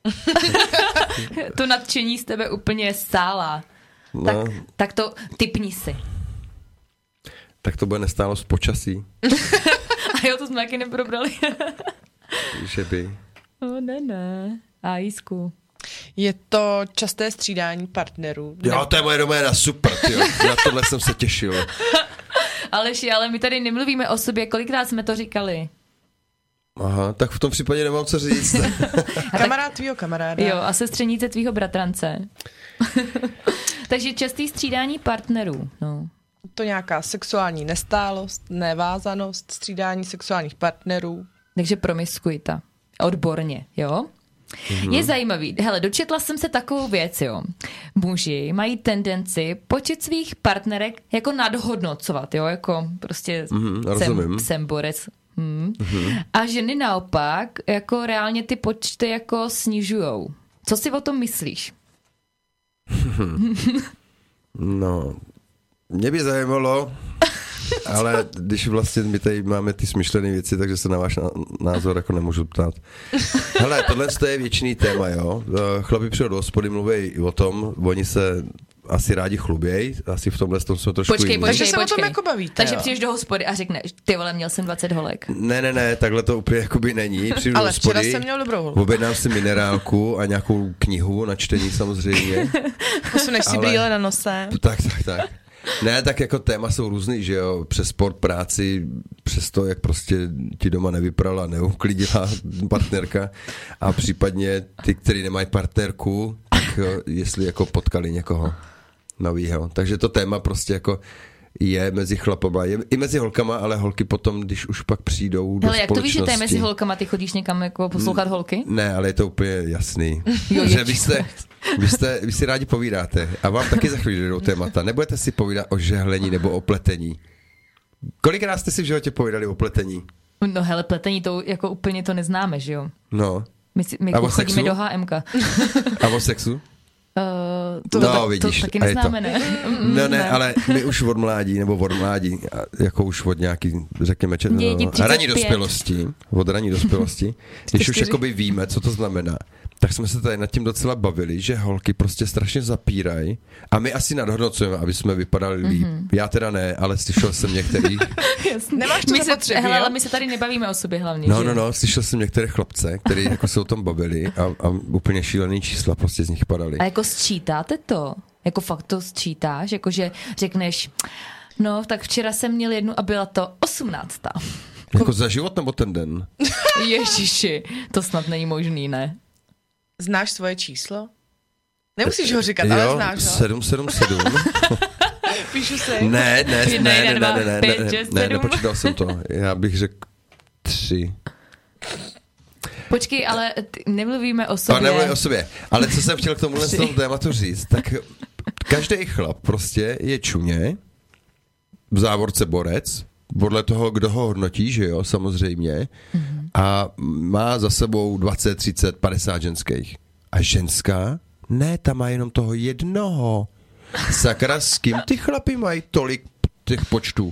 To nadšení z tebe úplně stálá. No, Tak to tipni si. tak to bude nestálost počasí, A jo, to jsme taky neprobrali. že by. Ne. A jízku. Je to časté střídání partnerů. Jo, to je moje doména, super, tyjo. Na tohle jsem se těšil. Aleši, ale my tady nemluvíme o sobě, kolikrát jsme to říkali. Aha, tak v tom případě nemám co říct. Kamarád tvýho kamaráda. Jo, a sestřenice tvýho bratrance. Takže častý střídání partnerů, no. to nějaká sexuální nestálost, nevázanost, střídání sexuálních partnerů. Takže promiskuita. Odborně, jo? Je zajímavý. Hele, dočetla jsem se takovou věc, jo. Muži mají tendenci počet svých partnerek jako nadhodnocovat, jo, jako prostě jsem borec. A ženy naopak jako reálně ty počty jako snižujou. Co si o tom myslíš? No, mě by zajímalo, ale když vlastně my tady máme ty smyšlené věci, takže se na váš názor jako nemůžu ptát. Hele, tohle je věčný téma, jo. Chlapi přijdou do hospody, mluví o tom, oni se asi rádi chluběj, asi v tomhle tom jsou trošku jiný. Takže se o tom jako bavíte, takže jo. přijdeš do hospody a řekneš, ty vole, měl jsem 20 holek. Ne, takhle to úplně jakoby není. Přijdu ale do hospody, včera jsem měl dobrou holku. objednám si minerálku a nějakou knihu na čtení samozřejmě. Posuneš si brýle na nose. Tak. Ne, tak jako téma jsou různý, že jo, přes sport, práci, přes to, jak prostě ti doma nevyprala, neuklidila partnerka a případně ty, kteří nemají partnerku, tak jo, jestli jako potkali někoho novýho. Takže to téma prostě jako je mezi chlapama, je i mezi holkama, ale holky potom, když už pak přijdou do společnosti. Jak to víš, že to je mezi holkama, ty chodíš někam jako poslouchat holky? Ne, ale je to úplně jasný. Že vy si rádi povídáte a vám taky za chvíli jdou témata. Nebudete si povídat o žehlení nebo o pletení. Kolikrát jste si v životě povídali o pletení? No hele, pletení to jako úplně to neznáme, že jo? No. My chodíme do HMK. A o sexu? Vidíš, to taky neznáme, ne? Ne, ale my už od mládí, jako už od nějaký, řekněme, ranní dospělosti, když už jakoby víme, co to znamená, tak jsme se tady nad tím docela bavili, že holky prostě strašně zapírají a my asi nadhodnocujeme, aby jsme vypadali líp. Já teda ne, ale slyšel jsem některý. Nemáš to zapotřebí, hele, ale my se tady nebavíme o sobě hlavně. No, slyšel jsem některé chlapce, kteří jako se o tom bavili a úplně šílený čísla prostě z nich padaly. A jako sčítáte to? Jako fakt to sčítáš? Jakože řekneš, no tak včera jsem měl jednu a byla to 18. Jako za život nebo ten den? Ježiši, to snad není možný, ne? Znáš svoje číslo? Nemusíš ho říkat, ale znáš ho. 777. Píšu si. Ne, nepočítal jsem to. Já bych řekl 3. Počkej, ale nemluvíme o sobě. Nemluvíme o sobě. Ale co jsem chtěl k tomuhle tématu říct, tak každý chlap prostě je čuně, v závorce borec, podle toho, kdo ho hodnotí, že jo, samozřejmě, a má za sebou 20, 30, 50 ženských. A ženská? Ne, ta má jenom toho jednoho. Sakra, s kým ty chlapi mají tolik těch počtů?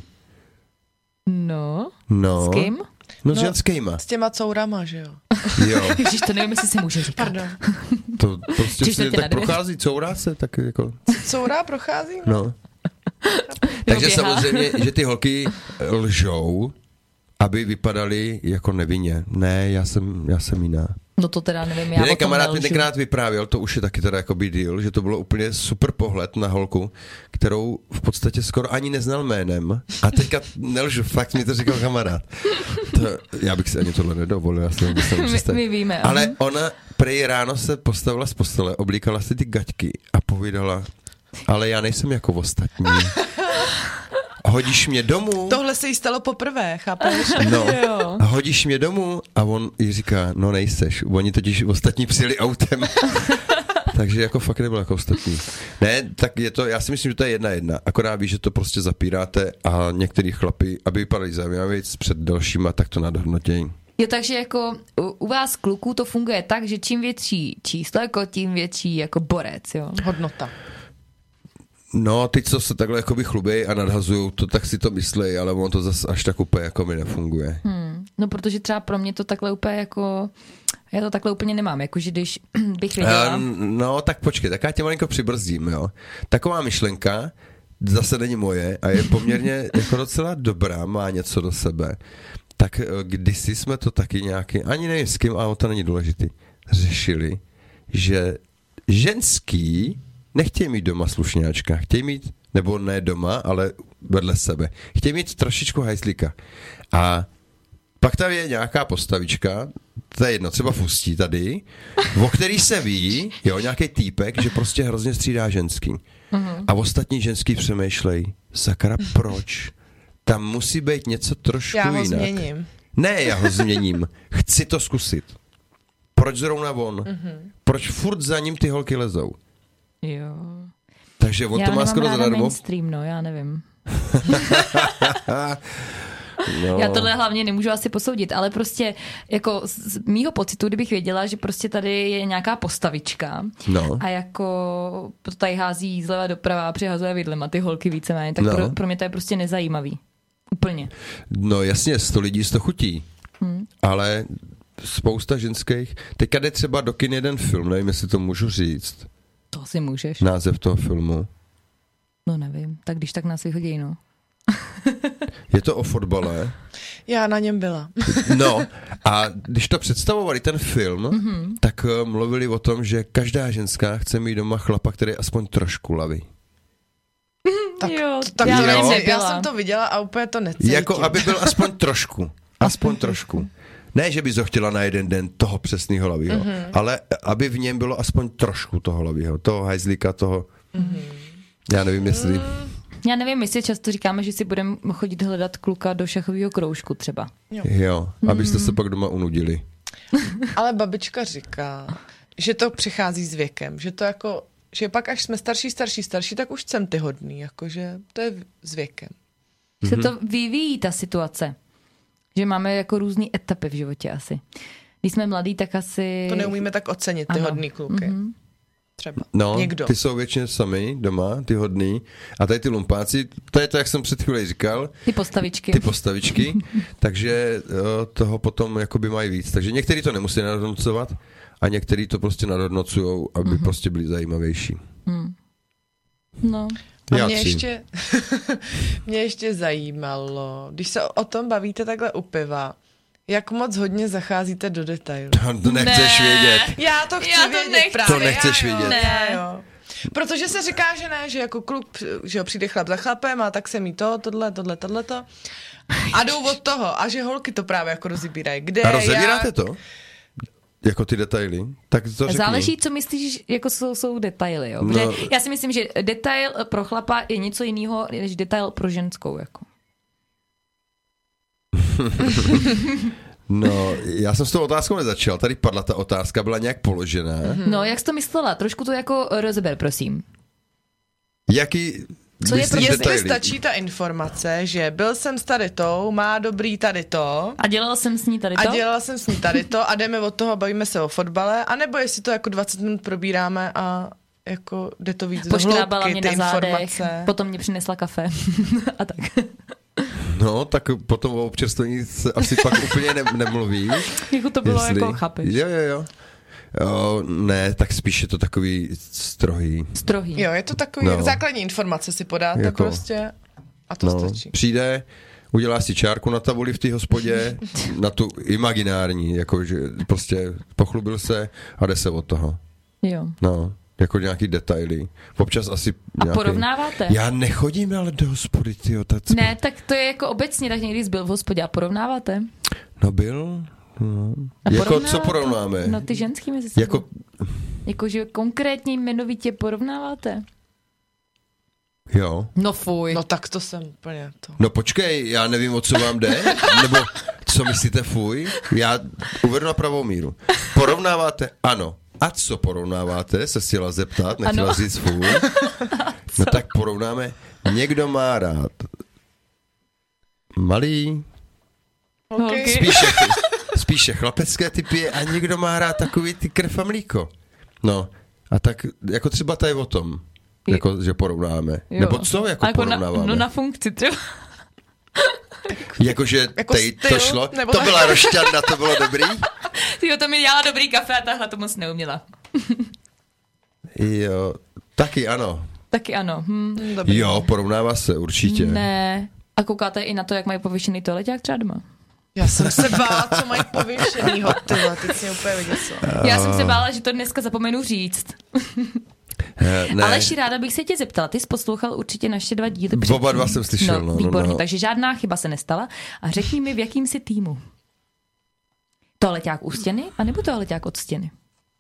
No. S kým? No s ženskýma. S těma courama, že jo? Jo. Ježíš, to nevím, jestli se může říkat. Pardon. To prostě tak prochází, courá se, tak jako... Courá prochází? No. Takže samozřejmě, že ty holky lžou, aby vypadaly jako nevinně. Ne, já jsem jiná. No to teda nevím, já jeden kamarád mi tenkrát vyprávěl, to už je taky teda jako by deal, že to bylo úplně super pohled na holku, kterou v podstatě skoro ani neznal jménem. A teďka nelžu, fakt mi to říkal kamarád. Já bych si ani tohle nedovolil, já si my víme. Ale ona prej ráno se postavila z postele, oblíkala si ty gaťky a povídala, ale já nejsem jako ostatní. Hodíš mě domů. Tohle se jí stalo poprvé, chápeš? No. A hodíš mě domů a on jí říká, no nejseš. Oni totiž ostatní přijeli autem. Takže jako fakt nebyl jako ostatní. Ne, tak je to, já si myslím, že to je 1:1. Akorát víš, že to prostě zapíráte a některý chlapi, aby vypadali zajímavě před dalšíma, tak to nadhodnotějí. Jo, takže jako u vás kluků to funguje tak, že čím větší číslo, jako tím větší jako borec, jo? Hodnota. No, ty, co se takhle jakoby chlubějí a nadhazují, to tak si to myslej, ale ono to zase až tak úplně jako mi nefunguje. No, protože třeba pro mě to takhle úplně jako... Já to takhle úplně nemám, jakože když bych věděla... No, tak počkej, tak já tě malinko přibrzdím, jo. Taková myšlenka zase není moje a je poměrně jako docela dobrá, má něco do sebe. Tak kdysi jsme to taky nějaký, ani nevím s kým, ale to není důležitý, řešili, že ženský nechtějí mít doma slušňáčka, chtějí mít, nebo ne doma, ale vedle sebe. Chtějí mít trošičku hajzlíka. A pak tam je nějaká postavička, to je jedno, třeba Fustí tady, o který se ví, jo, nějaký týpek, že prostě hrozně střídá ženský. A ostatní ženský přemýšlej, sakra, proč? Tam musí být něco trošku jinak. Já ho změním. Ne, já ho změním. Chci to zkusit. Proč zrovna on? Proč furt za ním ty holky lezou? Jo. Takže on Já to má skoro nemám ráda zadarmo. mainstream, no, já nevím. No. Já tohle hlavně nemůžu asi posoudit, ale prostě jako z mýho pocitu, kdybych věděla, že prostě tady je nějaká postavička No. a jako to tady hází zleva doprava a přihazuje vidlema ty holky víceméně, tak No. pro mě to je prostě nezajímavý. Úplně. No jasně, 100 lidí 100 chutí. Ale spousta ženských. Teďka jde třeba do kin jeden film, nevím, jestli to můžu říct. To si můžeš. Název toho filmu. No nevím, tak když tak nás vyhodí, no. Je to o fotbale. Já na něm byla. No a když to představovali ten film, tak mluvili o tom, že každá ženská chce mít doma chlapa, který je aspoň trošku lavý. Tak, Jo, tak já to nevím, já nebyla. jsem to viděla a úplně to necítím. Jako aby byl aspoň trošku. Aspoň trošku. Ne, že bys ho chtěla na jeden den toho přesného lavýho, ale aby v něm bylo aspoň trošku toho lavýho, toho hajzlíka, toho... Já nevím, jestli... Já nevím, my si často říkáme, že si budeme chodit hledat kluka do šachového kroužku třeba. Jo, abyste se pak doma unudili. Ale babička říká, že to přichází s věkem, že to jako, že pak až jsme starší, tak už jsem ty hodný, jakože to je s věkem. Se to vyvíjí ta situace. Že máme jako různý etapy v životě asi. Když jsme mladí, tak asi... To neumíme tak ocenit, ty Ano. hodný kluky. Třeba. No, Někdo. ty jsou většině sami doma, ty hodný. A tady ty lumpáci, to je to, jak jsem před chvílí říkal, Ty postavičky. ty postavičky, takže toho potom jakoby mají víc. Takže některý to nemusí nadhodnocovat a některý to prostě nadhodnocujou, aby prostě byli zajímavější. No. A Já mě tři. ještě, mě ještě zajímalo, když se o tom bavíte takhle u piva, jak moc hodně zacházíte do detailu. To nechceš vědět. Já to chci Já to vědět nechci. právě. To nechceš já jo, vědět. Ne. já jo. Protože se říká, že ne, že jako kluk, že jo, přijde chlap za chlapem a tak se mí tohleto. A jdou od toho. A že holky to právě jako rozebírají. Kde, A rozebíráte jak? to? Jako ty detaily? Tak to řekni. Záleží, co myslíš, jako jsou detaily. Jo? No. Já si myslím, že detail pro chlapa je něco jiného, než detail pro ženskou. Jako. No, já jsem s tou otázkou nezačal. Tady padla ta otázka, byla nějak položená. No, jak jsi to myslela? Trošku to jako rozeber, prosím. Jaký... Co je myslíš pro- Jestli detaily? stačí ta informace, že byl jsem s tady tou, má dobrý tady to, A dělala jsem s ní tady a to? dělala jsem s ní tady to a jdeme od toho, bavíme se o fotbale, anebo jestli to jako 20 minut probíráme a jako jde to víc do Poškrábala hloubky, mě ty na zádech, informace. potom mě přinesla kafe a tak. No, tak potom o občerstvení se asi pak úplně nemluví. Jako to bylo Jestli- jako, chápeš? Jo. Ne, tak spíš je to takový strohý. Strohý. Jo, je to takový, No. základní informace si podáte Jako- prostě a to No, stačí. přijde, udělá si čárku na tabuli v té hospodě, na tu imaginární, jakože prostě pochlubil se a jde se od toho. Jo. No, jako nějaký detaily. Občas asi A nějaký... porovnáváte? Já nechodím ale do hospody, tyjo. Ne, tak to je jako obecně, tak někdy jsi byl v hospodě a porovnáváte? No byl. No. A Jako porovnáváte? co porovnáme? No ty ženský mezi sebou. Jako, Jakože konkrétně jmenovitě porovnáváte? jo. No fuj. No tak to jsem úplně to. No počkej, já nevím, o co vám jde, nebo co myslíte fuj? Já uvedu na pravou míru. Porovnáváte? Ano. A co porovnáváte? Se chtěla zeptat, nechtěla Ano. říct fuj. No tak porovnáme. Někdo má rád malý, Holky. spíše chlapecké typy a někdo má rád takový ty krev a mlíko. No, a tak jako třeba tady o tom, jako, že porovnáme. Jo. Nebo co jako A jako porovnáváme? na funkci třeba. Jakože Jako teď to styl, šlo, nebo to tak? byla rošťadna, to bylo dobrý. Jo, to mi dělala dobrý kafe a tahle to moc neuměla. Jo, taky ano. Taky ano. Dobrý. Jo, porovnává se určitě. Ne. A koukáte i na to, jak mají pověšený toaleťák třeba doma? Já jsem se bála, co mají pověšenýho, tyhle, teď si mě úplně vyděsila. Já jsem se bála, že to dneska zapomenu říct. Ne. Aleši, ráda bych se tě zeptala. Ty jsi poslouchal určitě naše 2 díly. Oba dva jsem slyšel, no, výborně, no. takže žádná chyba se nestala. A řekni mi, v jakým jsi týmu? Toaleťák u stěny, anebo toaleťák od stěny?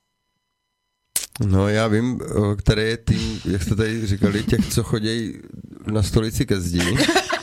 No já vím, který je tým, jak jste tady říkali, těch, co chodí na stolici ke zdi.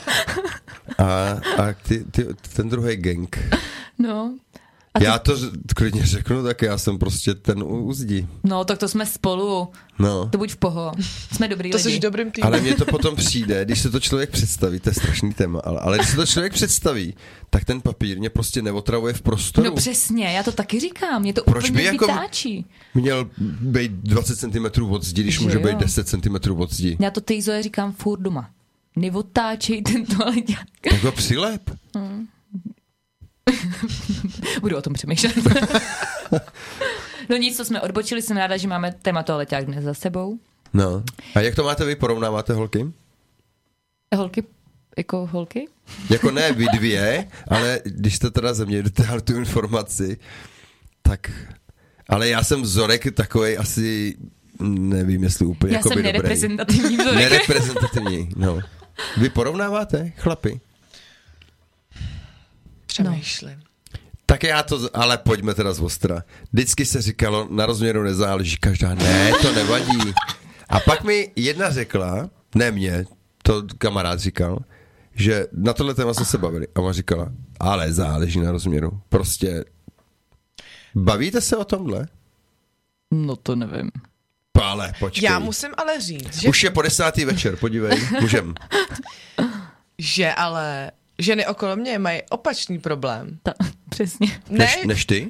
A ten druhý gang. No. Já to klidně řeknu, tak já jsem prostě ten u zdi. No, tak to jsme spolu. No. To buď v poho. Jsme dobrý To lidi. jsi dobrým týmem. Ale mně to potom přijde, když se to člověk představí, to je strašný téma, ale když se to člověk představí, tak ten papír mě prostě neotravuje v prostoru. No přesně, já to taky říkám, mě to Proč úplně by jako vytáčí. Měl být 20 cm od zdi, když Že může jo. být 10 cm od zdi. Já to tej Zoe říkám furt doma. Neotáčej ten toaleťák. Tak ho přilep. Budu o tom přemýšlet. No nic, co jsme odbočili, jsem ráda, že máme téma toaleťák dnes za sebou. No. A jak to máte vy, porovnáváte holky? Holky, jako holky? Jako ne vy dvě, ale když jste teda ze mě dotáhli tu informaci, tak... Ale já jsem vzorek takovej asi, nevím, jestli úplně Já jsem dobrý. nereprezentativní vzorek. Nereprezentativní, no. Vy porovnáváte, chlapi? Přemýšlím. Tak já to, ale pojďme teda z ostra. Vždycky se říkalo, na rozměru nezáleží, každá, ne, to nevadí. A pak mi jedna řekla, ne mě, to kamarád říkal, že na tohle téma jsme se bavili. A ona říkala, ale záleží na rozměru. Prostě, bavíte se o tomhle? No to nevím. Ale počkej. Já musím ale říct, že, Už je po 10. večer, podívej, můžem. že ale ženy okolo mě mají opačný problém. Přesně. Než ty?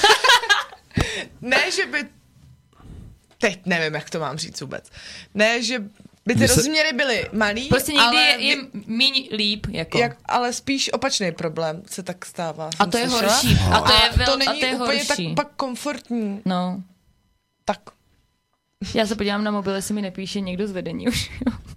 Ne, že by... Teď nevím, jak to mám říct vůbec. Ne, že by ty rozměry byly malý, Prostě někdy ale je míň líp, jako. ale spíš opačný problém se tak stává. A to je horší. A to není to je úplně horší. tak pak komfortní. No. Tak. Já se podívám na mobil, jestli mi nepíše někdo z vedení už.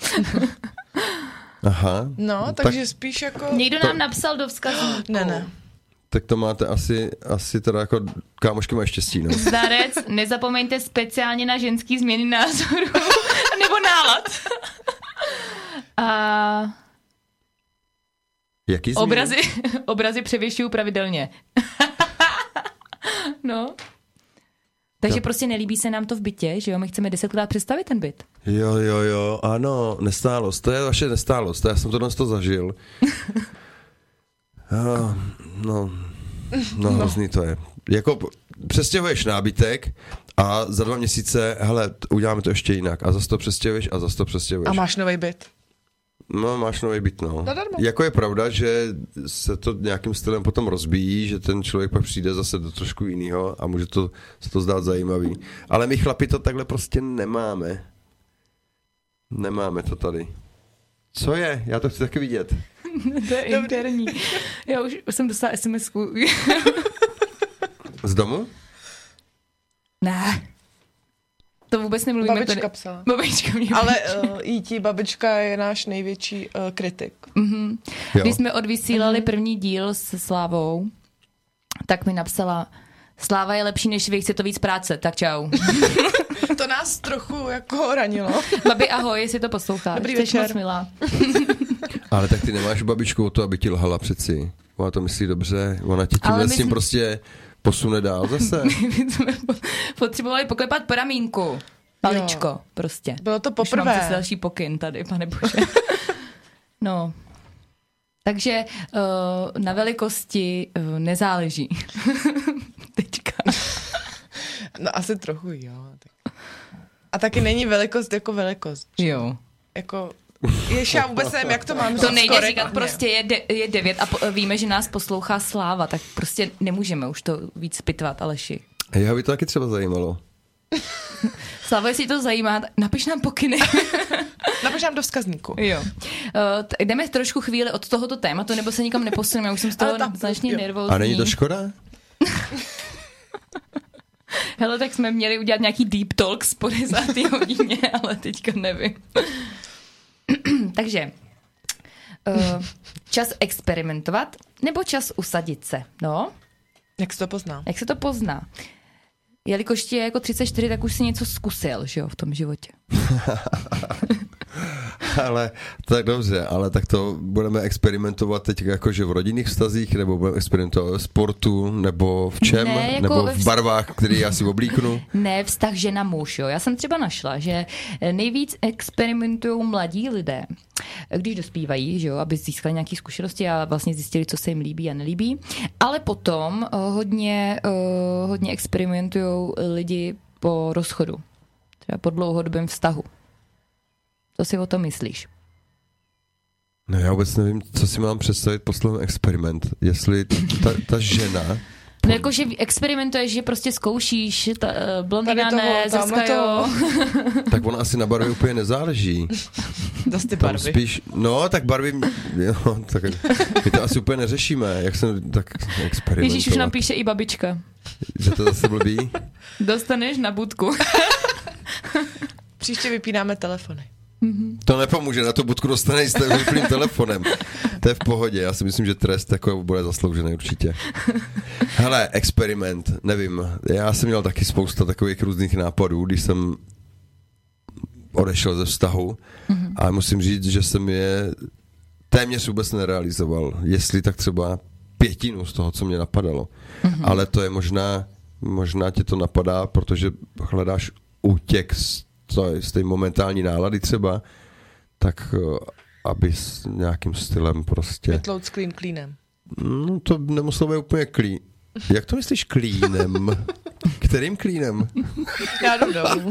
Aha. No, takže spíš jako... Někdo nám napsal do vzkazu. Ne. Tak to máte asi teda jako kámošky mají štěstí, no. Zdarec, nezapomeňte speciálně na ženský změny názoru. Nebo nálad. A Jaký změny? obrazy převěšuju pravidelně. No. Takže prostě nelíbí se nám to v bytě, že jo? My chceme 10krát představit ten byt. Jo, ano, nestálost, to je vaše nestálost, já jsem to dnes to zažil. No, hrozný to je. Jako přestěhuješ nábytek a za 2 měsíce, hele, uděláme to ještě jinak a zase to přestěhuješ a zase to přestěhuješ. A máš nový byt. No, máš nový byt, no. Zadarmo. Jako je pravda, že se to nějakým stylem potom rozbíjí, že ten člověk pak přijde zase do trošku jiného a může se to zdát zajímavý. Ale my chlapi to takhle prostě nemáme. Nemáme to tady. Co je? Já to chci taky vidět. To je interní. Já už jsem dostala SMS-ku. Z domu? Ne. To vůbec nemluvíme. Babička tady. psala. Babička mě Ale E.T. babička je náš největší kritik. Mm-hmm. Jo. Když jsme odvysílali první díl se Slávou, tak mi napsala: Sláva je lepší než vy, chce to víc práce, tak čau. To nás trochu jako ranilo. Babi, ahoj, jestli to posloucháš. Dobrý Jsi večer. moc milá. Ale tak ty nemáš babičku o to, aby ti lhala přeci. Ona to myslí dobře, ona ti tímhle s tím prostě posune dál zase. My jsme potřebovali poklepat po ramínku. Paličko, prostě. Bylo to Už mám poprvé. zase další pokyn tady, pane bože. No. Takže na velikosti nezáleží. Teďka. No asi trochu, jo. A taky není velikost jako velikost. Jo. Jako, já vůbec nevím, jak to mám říct. To nejde korektně. říkat, prostě je 9 a víme, že nás poslouchá Sláva, tak prostě nemůžeme už to víc pitvat, Aleši. Já by to taky třeba zajímalo. Sláva, jestli to zajímá, napiš nám pokyny. Napiš nám do vzkazníku. Jo. Jdeme trošku chvíli od tohoto tématu, nebo se nikam neposuneme, já už jsem z toho značně nervózní. A není to škoda? Hele, tak jsme měli udělat nějaký deep talks po 10. hodině, ale teďka nevím. Takže čas experimentovat nebo čas usadit se, no? Jak se to pozná? Jak se to pozná? Jelikož ti je jako 34, tak už si něco zkusil, že jo, v tom životě. Ale tak dobře, ale tak to budeme experimentovat teď jakože v rodinných vztazích, nebo budeme experimentovat ve sportu, nebo v čem, Ne, jako nebo v barvách, který já si oblíknu. Ne, vztah žena-muž, jo. Já jsem třeba našla, že nejvíc experimentují mladí lidé, když dospívají, že jo, aby získali nějaké zkušenosti a vlastně zjistili, co se jim líbí a nelíbí. Ale potom hodně experimentují lidi po rozchodu, třeba po dlouhodobém vztahu. Co si o tom myslíš? No já vůbec nevím, co si mám představit po slovem experiment. Jestli ta žena... No jakože experimentuješ, že prostě zkoušíš, blondýna ne, Zrska jo. Tak ona asi na barvě úplně nezáleží. Dost ty barvy. Spíš, no, tak barvy, jo, tak my to asi úplně neřešíme, jak jsem tak experimentovat. Ježíš, už nám píše i babička. Že to zase blbý? Dostaneš na budku. Příště vypínáme telefony. To nepomůže, na to budku dostaneš s vyplným telefonem. To je v pohodě, já si myslím, že trest jako bude zasloužený určitě. Hele, experiment, nevím, já jsem měl taky spousta takových různých nápadů, když jsem odešel ze vztahu a musím říct, že jsem je téměř vůbec nerealizoval, jestli tak třeba 1/5 z toho, co mě napadalo. Ale to je možná tě to napadá, protože hledáš útěk z té momentální nálady třeba, tak aby s nějakým stylem prostě... Metlout s klínem. No to nemuselo být úplně klín. Jak to myslíš klínem? Kterým klínem? Já jdu dolů.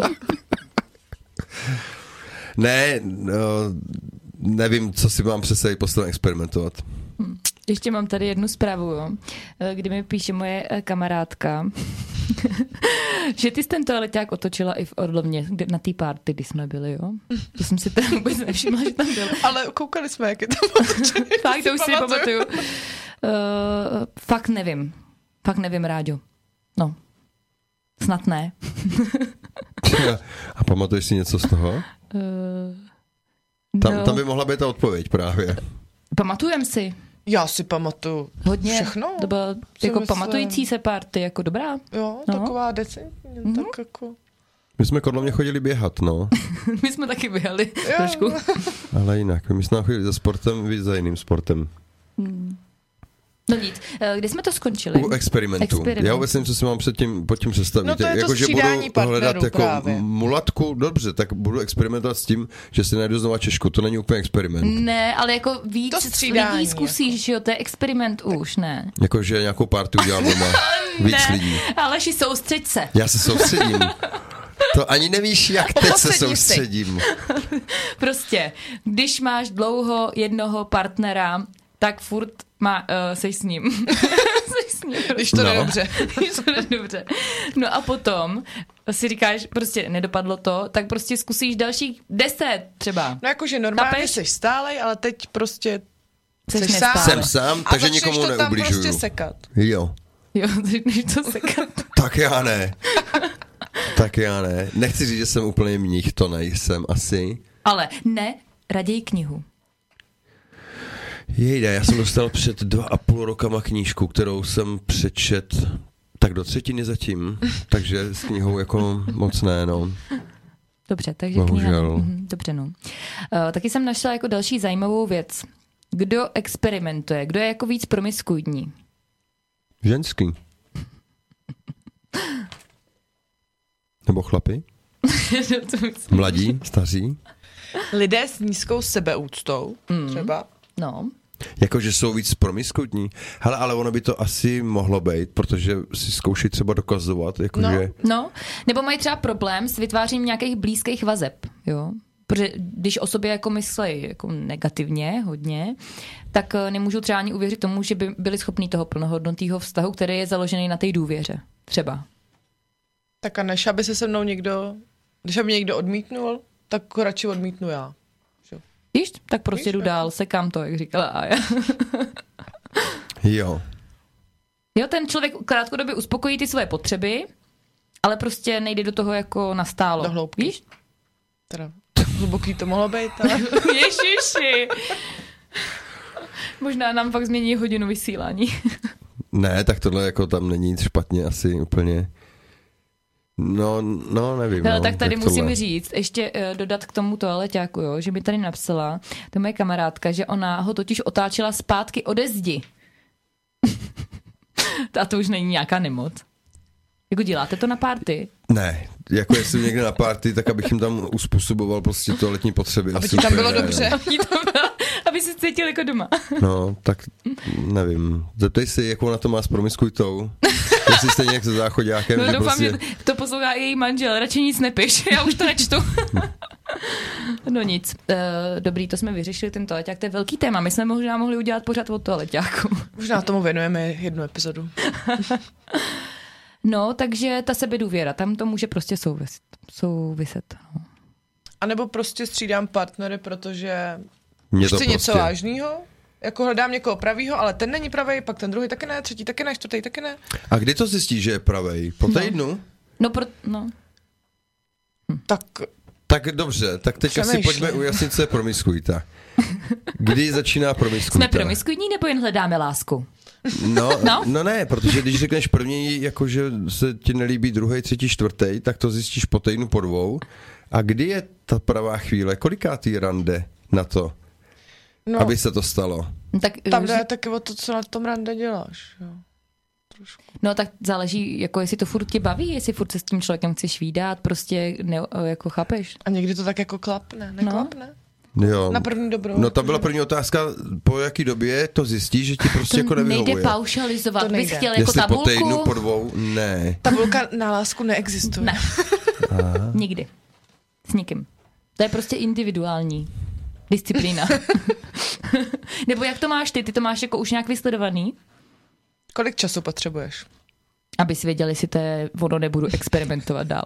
Ne, nevím, co si mám představit po tom experimentovat. Ještě mám tady jednu zprávu, jo, kdy mi píše moje kamarádka, že ty jsi ten toaleťák otočila i v Orlovně, na té party, kdy jsme byli, jo. To jsem si tam vůbec nevšimla, že tam byl. Ale koukali jsme, jak je tam otočený. Fakt, to už si nepamatuju. Fakt nevím, Ráďo. No, snad ne. A pamatuješ si něco z toho? Tam by mohla být ta odpověď právě. Pamatujem si. Já si pamatuju hodně, všechno. To byla jako pamatující se party, jako dobrá. Jo, no. Taková decentní, tak jako... My jsme kolem mě chodili běhat, no. My jsme taky běhali trošku. Ale jinak, my jsme chodili za sportem, vy za jiným sportem. No nic, kde jsme to skončili? U experimentu. Já vůbec nevím, co si mám pod tím představit. No to je jako, to střídání že budu hledat jako právě. mulatku, dobře, tak budu experimentovat s tím, že si najdu znova Češku. To není úplně experiment. Ne, ale jako víc lidí zkusíš, že jo, to je experiment už, ne? Jakože nějakou party udělám doma. Víc lidí. Aleši, soustřeď se. Já se soustředím. To ani nevíš, jak teď se soustředím. Prostě, když máš dlouho jednoho partnera, tak furt seš s ním. Když to jde dobře. No a potom si říkáš, prostě nedopadlo to, tak prostě zkusíš dalších 10 třeba. No jakože normálně seš stálej, ale teď prostě seš sám. Jsem sám, takže nikomu neubližuju. A začneš to tam prostě sekat. Jo, začneš to sekat. Tak já ne. Nechci říct, že jsem úplně mních, to nejsem asi. Ale ne, raději knihu. Jejda, já jsem dostal před 2,5 rokama knížku, kterou jsem přečet tak do 1/3 zatím, takže s knihou jako moc ne, no. Dobře, takže kniha. Dobře, no. Taky jsem našla jako další zajímavou věc. Kdo experimentuje? Kdo je jako víc promiskuitní? Ženský. Nebo chlapi? Mladí, staří? Lidé s nízkou sebeúctou třeba. No. Jakože jsou víc promiskuitní. Hele, ale ono by to asi mohlo být, protože si zkouší třeba dokazovat, jakože... No, nebo mají třeba problém s vytvářením nějakých blízkých vazeb, jo. Protože když o sobě jako myslej jako negativně hodně, tak nemůžu třeba ani uvěřit tomu, že by byli schopní toho plnohodnotného vztahu, který je založený na té důvěře. Třeba. Tak a než aby se se mnou když aby mě někdo odmítnul, tak ho radši odmítnu já. Víš, tak prostě jdu dál, sekám to, jak říkala Aja. Jo, ten člověk krátkodobě uspokojí ty své potřeby, ale prostě nejde do toho jako nastálo. Do hloubky. Víš? Teda hluboký to mohlo být, ale... Ježiši! Možná nám fakt změní hodinu vysílání. Ne, tak tohle jako tam není nic špatně asi úplně. No, nevím. Hele, no, tak tady musím tohle. říct, ještě dodat k tomu toaleťáku, jo, že mi tady napsala, to je moje kamarádka, že ona ho totiž otáčela zpátky ode zdi. A to už není nějaká nemoc. Jako děláte to na party? Ne, jako jestli někde na party, tak abych jim tam uspůsoboval prostě toaletní potřeby. Aby ti tam bylo dobře. Aby se cítil jako doma. No, tak nevím. Zeptej si, jakou na to má s promiskuitou. Jestli jste nějak se záchoďákem. No že doufám, prostě... že to poslouchá i její manžel, radši nic nepiš, já už to nečtu. No nic, dobrý, to jsme vyřešili, ten toaleťák, to je velký téma, my jsme možná mohli udělat pořád o toaleťáku. Možná tomu věnujeme jednu epizodu. No, takže ta sebedůvěra, tam to může prostě souviset. No. A nebo prostě střídám partnery, protože Mě to chci něco prostě- vážného, jako hledám někoho pravýho, ale ten není pravej, pak ten druhý taky ne, třetí taky ne, čtvrtý taky ne. A kdy to zjistíš, že je pravej? Po týdnu? No. Tak dobře, tak teď asi Přemýšlím. pojďme ujasnit, co je promiskuita. Kdy začíná promiskuita? Jsme promiskuitní nebo jen hledáme lásku? No ne, protože když řekneš první, jakože se ti nelíbí druhý, třetí, čtvrtý, tak to zjistíš po týdnu, po dvou. A kdy je ta pravá chvíle? Kolikátý rande na to, no, aby se to stalo? No, tak, tam jde taky o to, co na tom rande děláš. Jo. no tak záleží, jako jestli to furt tě baví, jestli furt se s tím člověkem chceš vídat, prostě jako chápeš. A někdy to tak jako klapne, neklapne? Jo. Na první dobrou. No tam byla první otázka, po jaký době to zjistíš, že ti prostě jako nevyhovuje. Nejde paušalizovat, To bys nejde. chtěl jako Jestli tabulku? po týdnu, po dvou, ne. Tabulka na lásku neexistuje. Ne. Nikdy. S nikým. To je prostě individuální disciplína. Nebo jak to máš ty? Ty to máš jako už nějak vysledovaný? Kolik času potřebuješ? Aby si věděli, jestli to je ono, nebudu experimentovat dál.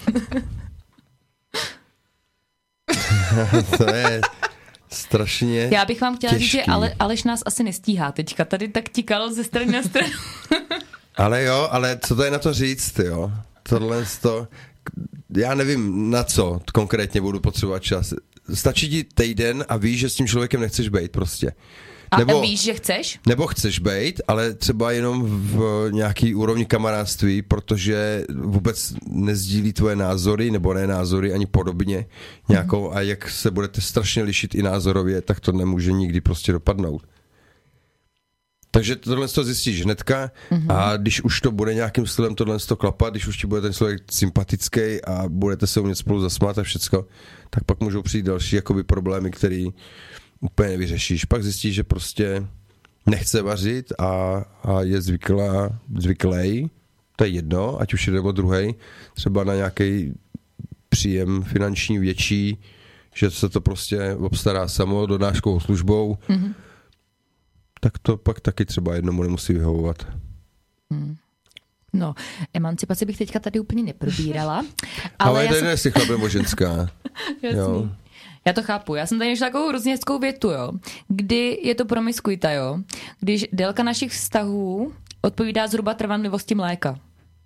To je strašně Já bych vám chtěla říct, že těžký. Aleš nás asi nestíhá teďka. Tady tak tikal ze strany na stranu. Ale jo, ale co to je na to říct, jo? Tohle to, já nevím, na co konkrétně budu potřebovat čas. Stačí ti týden a víš, že s tím člověkem nechceš bejt prostě. A víš, že chceš? Nebo chceš bejt, ale třeba jenom v nějaký úrovni kamarádství, protože vůbec nezdílí tvoje názory, nebo ne názory, ani podobně nějakou, a jak se budete strašně lišit i názorově, tak to nemůže nikdy prostě dopadnout. Takže tohle to zjistíš hnedka a když už to bude nějakým stylem tohle to klapat, když už ti bude ten člověk sympatický a budete se umět spolu zasmát a všecko, tak pak můžou přijít další jakoby problémy, který úplně nevyřešíš. Pak zjistíš, že prostě nechce vařit a je zvyklý, to je jedno, ať už je nebo druhej, třeba na nějaký příjem finanční větší, že se to prostě obstará samo dodáškovou službou, tak to pak taky třeba jednomu nemusí vyhovovat. No, emancipaci bych teďka tady úplně neprobírala. Ale já to je jestli chlap nebo ženská. Jasný. Jo. Já to chápu. Já jsem tady našla takovou hrozně hezkou větu, jo. Kdy je to promiskuita, jo. Když délka našich vztahů odpovídá zhruba trvanlivosti mléka.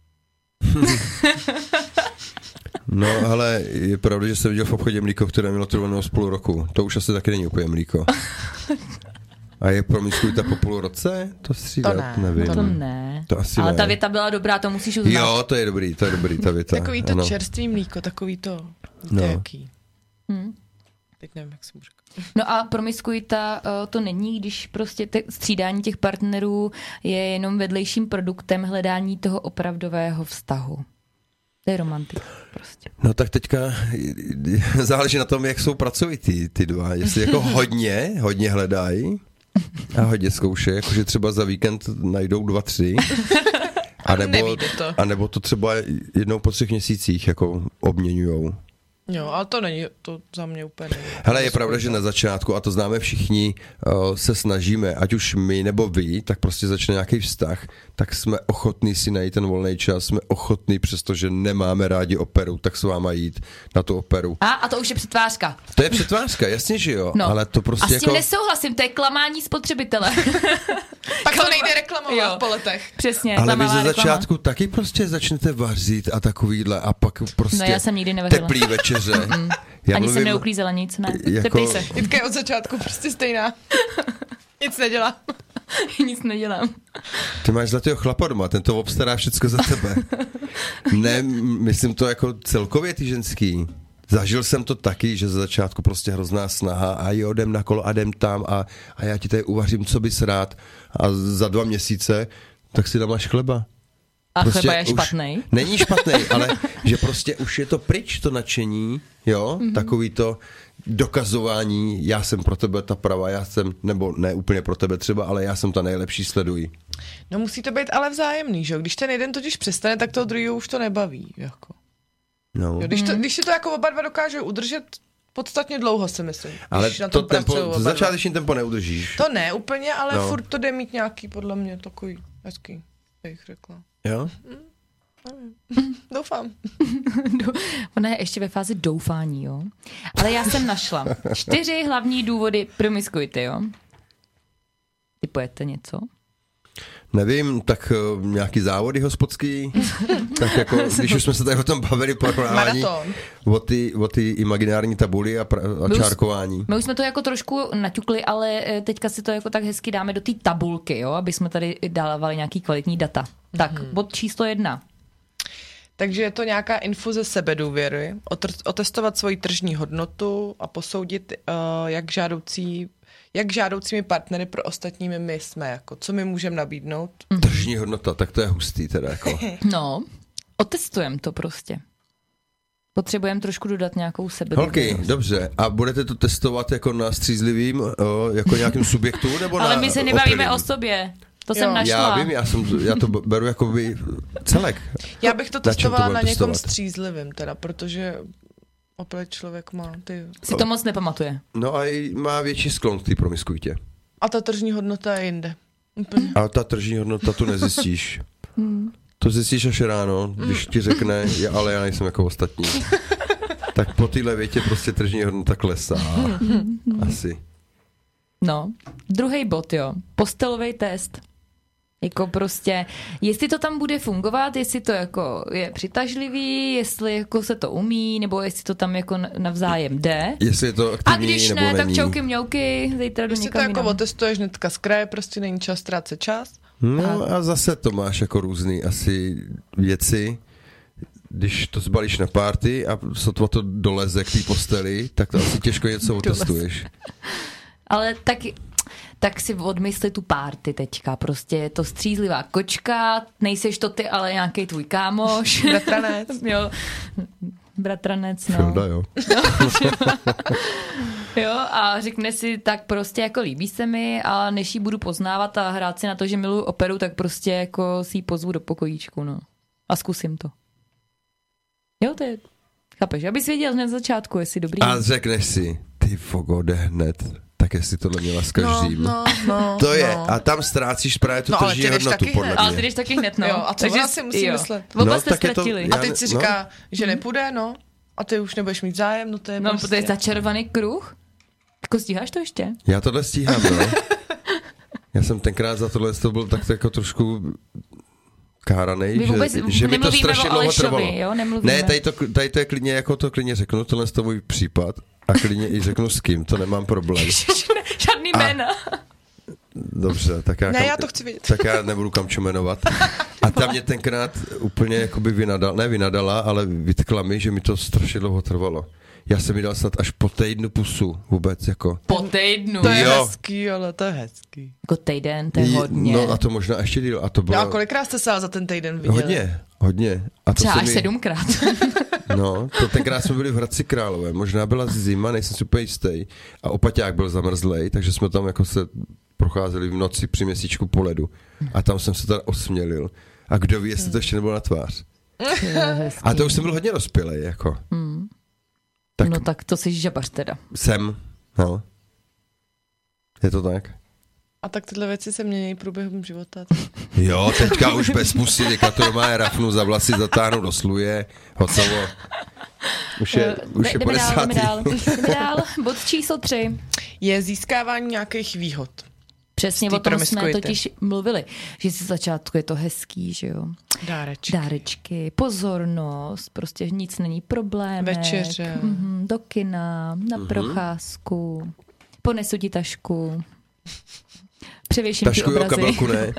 No, ale je pravda, že jsem viděl v obchodě mlíko, které mělo trvaného z půl roku. To už asi taky není úplně mlíko. A je promiskuita po půl roce? To střídat, To ne, nevím. To ne. To asi ale ne. ta věta byla dobrá, to musíš uznat. Jo, to je dobrý, ta věta. Takový to ano. čerstvý mlíko, takový to, víte No. jaký. Teď nevím, jak se mu říká. No a promiskuita to není, když prostě střídání těch partnerů je jenom vedlejším produktem hledání toho opravdového vztahu. To je romantika prostě. No tak teďka záleží na tom, jak jsou pracovitý ty dva. Jestli jako hodně hledají a hodně zkoušejí, jakože třeba za víkend najdou 2, 3. A nebo to třeba jednou po 3 měsících jako obměňujou. Jo, ale to není, to za mě úplně není. Hele, je pravda, že na začátku, a to známe všichni, se snažíme, ať už my nebo vy, tak prostě začne nějaký vztah, tak jsme ochotní si najít ten volný čas, jsme ochotní, přestože nemáme rádi operu, tak s váma jít na tu operu. A to už je přetvářka. To je přetvářka, jasně, že jo, No. ale to prostě A s tím jako... nesouhlasím, to je klamání spotřebitele. Pak to nejde reklamovat Jo. po letech. Přesně, Ale vy klamavá ze reklama. začátku taky prostě začnete vařit a takovýhle a pak prostě No já jsem nikdy nevařila. teplý večeře. Já Ani mluvím, jsem neuklízela nic, ne. jako- Zeptej se. Jitka je od začátku prostě stejná. Nic nedělá. Nic nedělám. Ty máš zlatého chlapa doma, ten to obstará všecko za tebe. Ne, myslím to jako celkově ty ženský. Zažil jsem to taky, že za začátku prostě hrozná snaha a jo, jdem na kolo a jdem tam a já ti tady uvařím, co bys rád. A za 2 měsíce tak si dáš chleba. A prostě chleba je špatnej? Není špatnej, ale že prostě už je to pryč, to nadšení, jo, takový to dokazování, já jsem pro tebe ta pravá, já jsem, nebo ne úplně pro tebe třeba, ale já jsem ta nejlepší, sleduji. No musí to být ale vzájemný, že jo? Když ten jeden totiž přestane, tak toho druhého už to nebaví, jako. No. Jo, když si to jako oba dva dokážou udržet podstatně dlouho, si myslím. Ale na to tom tempo, pracují oba dva. začáteční tempo neudržíš. To ne úplně, ale No. furt to jde mít nějaký, podle mě, takový hezký, bych řekla. Jo? Doufám. Ona je ještě ve fázi doufání, jo. Ale já jsem našla 4 hlavní důvody promiskuity, jo. Typujete něco? Nevím, tak nějaký závody hospodský, tak jako, když už jsme se tady o tom bavili, porovnávání Maraton. o ty imaginární tabuly a čárkování. My už jsme to jako trošku naťukli, ale teďka si to jako tak hezky dáme do té tabulky, jo, aby jsme tady dávali nějaký kvalitní data. Tak, bod číslo 1. Takže je to nějaká infuze sebedůvěry, otestovat svoji tržní hodnotu a posoudit, jak žádoucími partnery pro ostatními my jsme, jako, co my můžeme nabídnout. Tržní hodnota, tak to je hustý teda jako. No, otestujeme to prostě. Potřebujeme trošku dodat nějakou sebedůvěru. Holky, dobře. A budete to testovat jako na střízlivým, jako nějakým subjektu, nebo na Ale my se nebavíme operním? o sobě. To Jo. jsem našla. Já vím, já to beru jako by celek. Já bych to Na čem to testovala budeme na někom testovat? střízlivým teda, protože opět člověk má ty... Si to moc nepamatuje. No a i má větší sklon k té promiskuitě. A ta tržní hodnota je jinde. Úplně. A ta tržní hodnota tu nezjistíš. To zjistíš až ráno, když ti řekne, ale já nejsem jako ostatní. Tak po téhle větě prostě tržní hodnota klesá. Asi. No, druhý bod, jo. Postelový test. Jako prostě, jestli to tam bude fungovat, jestli to jako je přitažlivý, jestli jako se to umí, nebo jestli to tam jako navzájem jde. Jestli je to A aktivní, když nebo ne, není. tak čauky mňauky, zítra do Když si to někam jako jinam. otestuješ hnedka z kraje, prostě není čas ztrácet čas. No a zase to máš jako různý asi věci. Když to zbalíš na party a sotva to doleze k té posteli, tak to asi těžko něco otestuješ. Ale tak si odmysli tu party teďka. Prostě je to střízlivá kočka, nejseš to ty, ale nějaký tvůj kámoš. Bratranec. Jo, bratranec, no. Filda, jo. Jo, a řekne si, tak prostě jako líbí se mi a než jí budu poznávat a hrát si na to, že miluju operu, tak prostě jako si ji pozvu do pokojíčku, no. A zkusím to. Jo, to je, chápeš, abys věděl hned na začátku, jestli dobrý. A řekneš si, ty fogo, jde hned. Tak jestli tohle měla s každým. No, To je, a tam ztrácíš právě tu No, ale tržní ty jdeš hodnotu, taky podle hned. mě. Ale ty jdeš taky hned, no. Jo, a to ona si musí myslet. Oba No, jste tak je to- ztratili. já- A teď si no. říká, že nepůjde, no. A ty už nebudeš mít zájem, no to je No, prostě... to je začarovaný kruh. Jako stíháš to ještě? Já tohle stíhám, no. Já jsem tenkrát za tohle to byl tak jako trošku káranej, My vůbec že mi to nemluvíme strašně o dlouho Alešovi, trvalo. jo? Nemluvíme. Ne, tady to je klidně, jako to klidně řeknu, tohle je to můj případ a klidně i řeknu s kým, to nemám problém. Žádný jména. Dobře, tak já, Ne, já to chci vědět. tak já nebudu kam čumenovat. A ta mě tenkrát úplně jakoby vynadala, ale vytkla mi, že mi to strašně dlouho trvalo. Já jsem mi dal snad až po týdnu pusu vůbec, jako. Po týdnu. To je Jo. hezký, ale to je hezký. Jako týden, to je hodně. No a to možná ještě díl. A to bylo No a kolikrát jste se za ten týden viděli? hodně. A to Třeba se až mi... 7krát. No, to tenkrát jsme byli v Hradci Králové, možná byla zima, nejsem si úplně jistý. A opaťák byl zamrzlej, takže jsme tam jako se procházeli v noci při měsíčku po ledu. A tam jsem se teda osmělil. A kdo ví, jestli to ještě nebylo na tvář. A to už jsem byl hodně rozpilej, jako. Tak No tak to jsi žabař teda. jsem, no. Je to tak? A tak tyhle věci se mění průběhem života. Jo, teďka už bez pusy, teďka to má rafnu za vlasy, zatáhnu do sluje, hotovo. Už je Jdeme 50. dál. Bod číslo 3. Je získávání nějakých výhod. Přesně Z té o tom jsme promiskuity. totiž mluvili, že z začátku je to hezký, že jo. Dárečky. Dárečky, pozornost, prostě nic není problém. Večeře. Do kina, na procházku, ponesu ti tašku. Převěším ty Tašku, jo, obrazy. kabelku ne.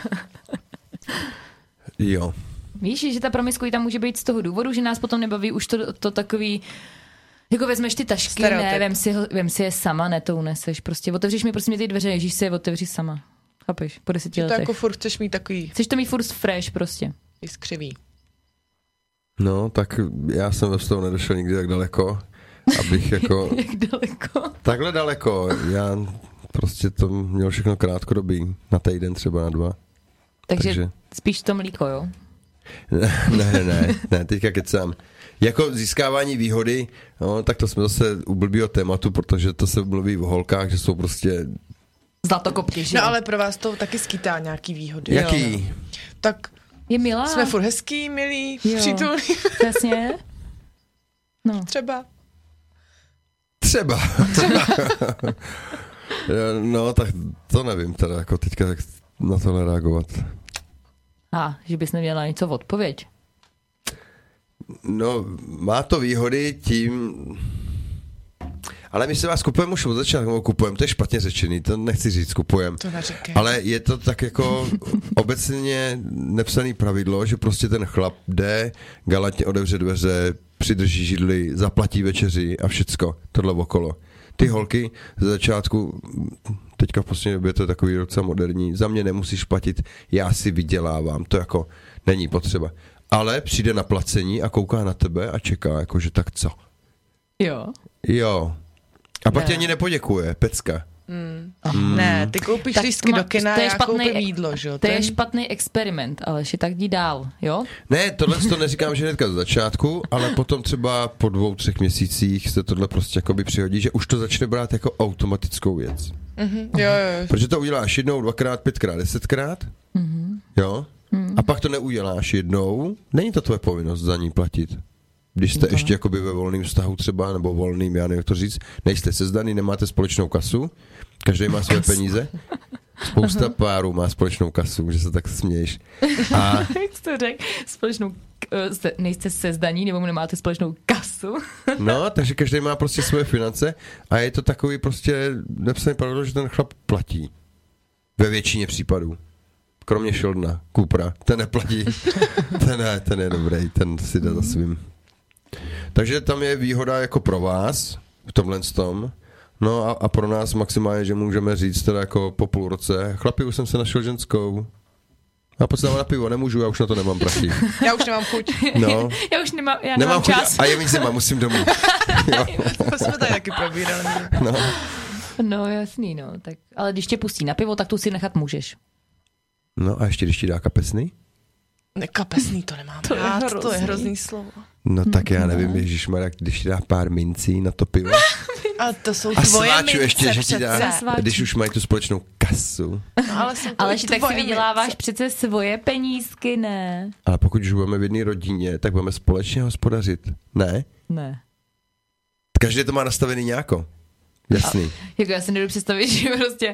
Jo. Víš, že ta promiskuita může být z toho důvodu, že nás potom nebaví už to takový, jako vezmeš ty tašky, stereotyp. ne, vem si je sama, ne to uneseš, prostě otevříš mi prostě ty dveře, Ježíš si je otevří sama. Chápeš? Po 10 Že to letech. jako furt chceš mít takový Chceš to mít furt fresh prostě. skřivý. No, tak já jsem ve vztahu nedošel nikdy tak daleko, abych jako... Jak daleko? Takhle daleko. Já prostě to měl všechno krátkodobý. Na týden třeba, na 2. Takže spíš to mlíko, jo? Ne, teďka kecám. Jako získávání výhody, no, tak to jsme zase u blbýho tématu, protože to se mluví o holkách, že jsou prostě... Zlatokopky, že No jo? ale pro vás to taky skýtá nějaký výhody. Jaký? Jo. Tak Je milá. jsme furt hezký, milí, Jo. přítulní, Přesně. No. třeba. Třeba. No, tak to nevím teda, jako teďka tak na tohle reagovat. Že bys neměla něco v odpověď. No, má to výhody tím... Ale my se vás kupujeme už od začátku, kupujeme, to je špatně řečený, to nechci říct, kupujeme. To neříkej. Ale je to tak jako obecně nepsaný pravidlo, že prostě ten chlap jde, galantně otevře dveře, přidrží židli, zaplatí večeři a všecko, tohle okolo. Ty holky ze začátku, teďka v poslední době to je takový docela moderní, za mě nemusíš platit, já si vydělávám, to jako není potřeba. Ale přijde na placení a kouká na tebe a čeká, jakože tak co? Jo. A pak Ne. tě ani nepoděkuje, pecka. Ne, ty koupíš Tak lístky to má- do kina to a je já špatný- koupím jídlo, že jo? To je špatný experiment, ale že tak jdi dál, jo? Ne, tohle to neříkám, že hnedka z začátku, ale potom třeba po 2-3 měsících se tohle prostě jakoby přihodí, že už to začne brát jako automatickou věc. Jo. Protože to uděláš jednou, 2krát, 5krát, 10krát, jo? A pak to neuděláš jednou, není to tvoje povinnost za ní platit. Když jste ještě jakoby ve volném vztahu třeba, nebo volným, já nevím, jak to říct, nejste sezdaný, nemáte společnou kasu, každý má své peníze, spousta párů má společnou kasu, že se tak směješ. A Jak jsi to řekl? Společnou, nejste sezdaní, nebo nemáte společnou kasu? no, takže každý má prostě svoje finance a je to takový prostě nepsaný pravidlo, že ten chlap platí. Ve většině případů. Kromě Sheldona, Coopera, ten neplatí. ten je dobrý, ten si jde za svým. Takže tam je výhoda jako pro vás v tomhle tom. No a pro nás maximálně, že můžeme říct teda jako po půl roce, chlapi, už jsem se našel ženskou. A pojď se na pivo, nemůžu, já už na to nemám prachy. Já už nemám chuť. No. Já už nemám chuť čas. a je mi zima, musím domů. Jo. To jsme tady taky probírali. No. No jasný, no. Tak, ale když tě pustí na pivo, tak tu si nechat můžeš. No a ještě když ti dá kapesný? Nekapesný to nemám. To je hrozný. To je hrozný slovo. No tak já nevím, ježišmarja, když ti dá pár mincí na to pivo. Ale to jsou A tvoje sváču mince ještě, že ti přece. dá, Sváču. když už mají tu společnou kasu. No, ale jsou to Ale i že tak si tvoje vyděláváš mince. přece svoje penízky, ne? Ale pokud už budeme v jedné rodině, tak budeme společně hospodařit. Ne? Ne. Každý to má nastavený nějako. Jasný. Jako já si nedovedu představit, že prostě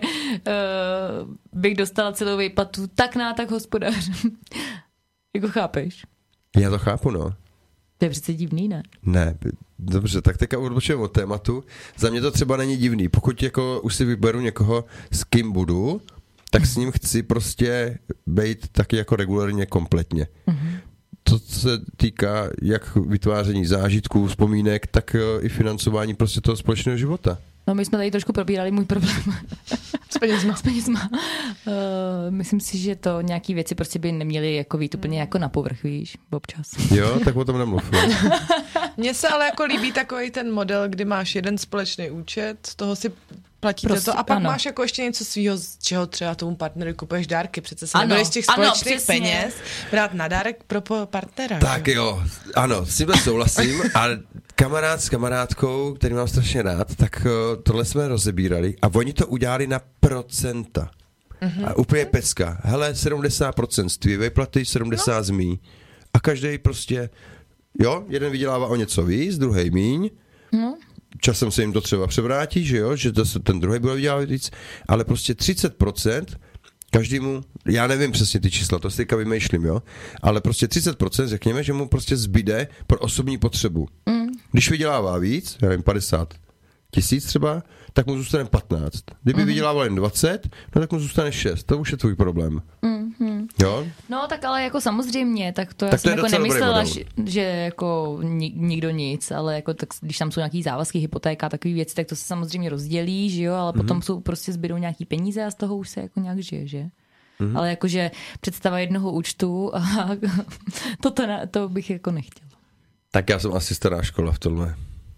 bych dostala celou výplatu tak hospodářem. Jako chápeš? Já to chápu, no. To je přece divný, ne? Ne, dobře, tak teďka odbočujeme od tématu. Za mě to třeba není divný. Pokud jako už si vyberu někoho, s kým budu, tak s ním chci prostě být taky jako regulárně kompletně. To se týká jak vytváření zážitků, vzpomínek, tak i financování prostě toho společného života. No my jsme tady trošku probírali můj problém. S penězma. S penězma. Myslím si, že to nějaký věci prostě by neměly jako být úplně jako na povrch, víš, občas. Jo, tak o tom nemluv. No. Mně se ale jako líbí takový ten model, kdy máš jeden společný účet, z toho si platíte Prostě, to a pak ano. máš jako ještě něco svýho, z čeho třeba tomu partnerovi kupuješ dárky. Přece se Ano, nebudeš z těch ano, společných přesně. peněz brát na dárek pro partnera. Tak že? jo, ano, s tímhle souhlasím, ale kamarád s kamarádkou, který mám strašně rád, tak tohle jsme rozebírali a oni to udělali na procenta. A úplně pecka. Hele, 70% z tvý výplaty, 70% z mý. A každý prostě, jo, jeden vydělává o něco víc, druhý míň. No. Časem se jim to třeba převrátí, že jo, že to se ten druhý bude vydělávat víc, ale prostě 30% každému, já nevím přesně ty čísla, to si teďka vymýšlím, jo, ale prostě 30% řekněme, že mu prostě zbyde pro osobní potřebu. Když vydělává víc, já nevím, 50 1000 třeba, tak mu zůstane 15. Kdyby vydělával jen 20, no tak mu zůstane 6. To už je tvůj problém. Jo? No tak ale jako samozřejmě, tak to já jsem jako nemyslela, že jako nikdo nic, ale jako tak, když tam jsou nějaký závazky, hypotéka, takové věci, tak to se samozřejmě rozdělí, že jo, ale potom jsou prostě zbydou nějaký peníze a z toho už se jako nějak žije, že? Ale jakože představa jednoho účtu a to bych jako nechtěla. Tak já jsem asi stará škola v tomhle.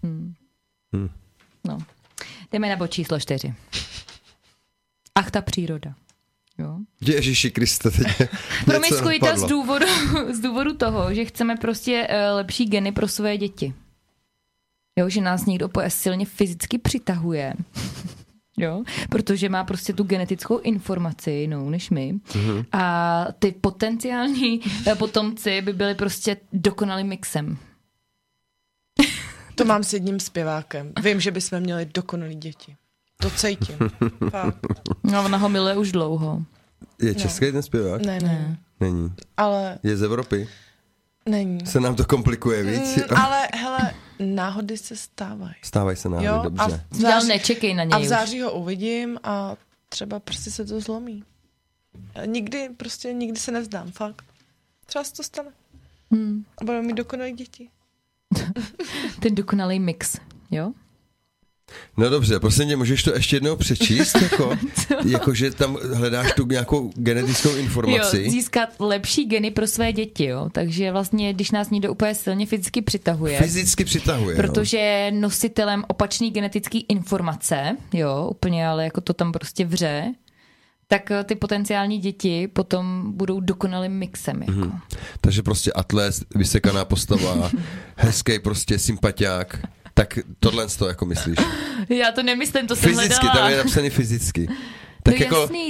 No. Jdeme na bod číslo 4. Ach, ta příroda. Jo. Ježiši Kriste, teď Promiskuita z důvodu toho, že chceme prostě lepší geny pro své děti. Jo, že nás někdo silně fyzicky přitahuje. Jo, protože má prostě tu genetickou informaci jinou než my. A ty potenciální potomci by byli prostě dokonalým mixem. To mám s jedním zpěvákem. Vím, že bychom měli dokonalý děti. To cítím. Fakt. No, ona ho miluje už dlouho. Je český ten zpěvák? Ne. Není. Ale... Je z Evropy? Není. Se nám to komplikuje víc. Ale hele, náhody se stávají. Stávají se náhody, dobře. Dál nečekej na něj. A v září ho uvidím a třeba prostě se to zlomí. Nikdy se nevzdám, fakt. Třeba se to stane. A budeme mít dokonalý děti. Ten dokonalý mix, jo? No dobře, prosím tě, můžeš to ještě jednou přečíst? Jakože tam hledáš tu nějakou genetickou informaci. Jo, získat lepší geny pro své děti, jo. Takže vlastně, když nás někdo úplně silně fyzicky přitahuje. Protože je nositelem opačný genetický informace, jo, úplně, ale jako to tam prostě vře, tak ty potenciální děti potom budou dokonalým mixem. Jako. Takže prostě atlet, vysekaná postava, hezký prostě sympatiák. Tak tohle to jako myslíš? Já to nemyslím, to jsem fyzicky, hledala. tam je napsaný fyzicky. Tak no jako... jasný,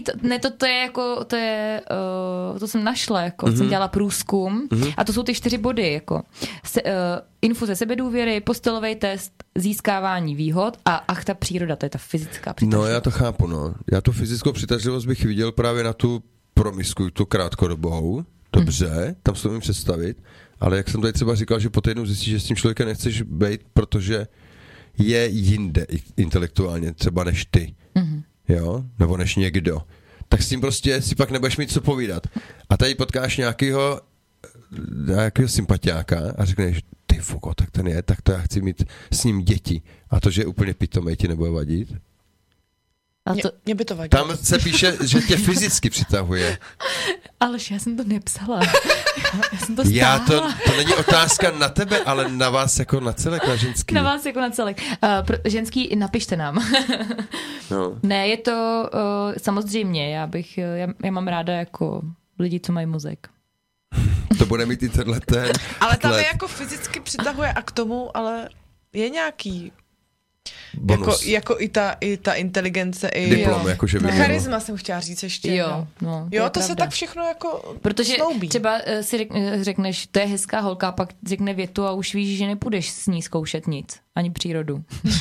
to jsem našla, jako jsem dělala průzkum a to jsou ty 4 body, jako infuze sebedůvěry, postelový test, získávání výhod a ach, ta příroda, to je ta fyzická přitažlivost. No já to chápu, no. Já tu fyzickou přitažlivost bych viděl právě na tu promiskuitu krátkodobou, dobře, tam se umím představit, ale jak jsem tady třeba říkal, že po týdnu zjistíš, že s tím člověkem nechceš být, protože je jinde intelektuálně třeba než ty. Jo? Nebo než někdo. Tak s tím prostě si pak nebudeš mít co povídat. A tady potkáš nějakého sympatiáka a řekneš, ty fuko, tak ten je, tak to já chci mít s ním děti. A to, že je úplně pitomej, ti nebude vadit? Mě by to vadilo. Tam se píše, že tě fyzicky přitahuje. Alež já jsem to nepsala. Já jsem to stáhla. To není otázka na tebe, ale na vás jako na celek, na ženský. Na vás jako na celek. Ženský, napište nám. No. Ne, je to samozřejmě, já mám ráda jako lidi, co mají mozek. To bude mít i tenhle ten. Ale tam je jako fyzicky přitahuje a k tomu, ale je nějaký jako i ta inteligence, i diplom, jakože by charisma jsem chtěla říct ještě. Jo, to pravda. Se tak všechno jako protože snoubí. třeba si řekneš, to je hezká holka, pak řekne větu a už víš, že nepůjdeš s ní zkoušet nic, ani přírodu.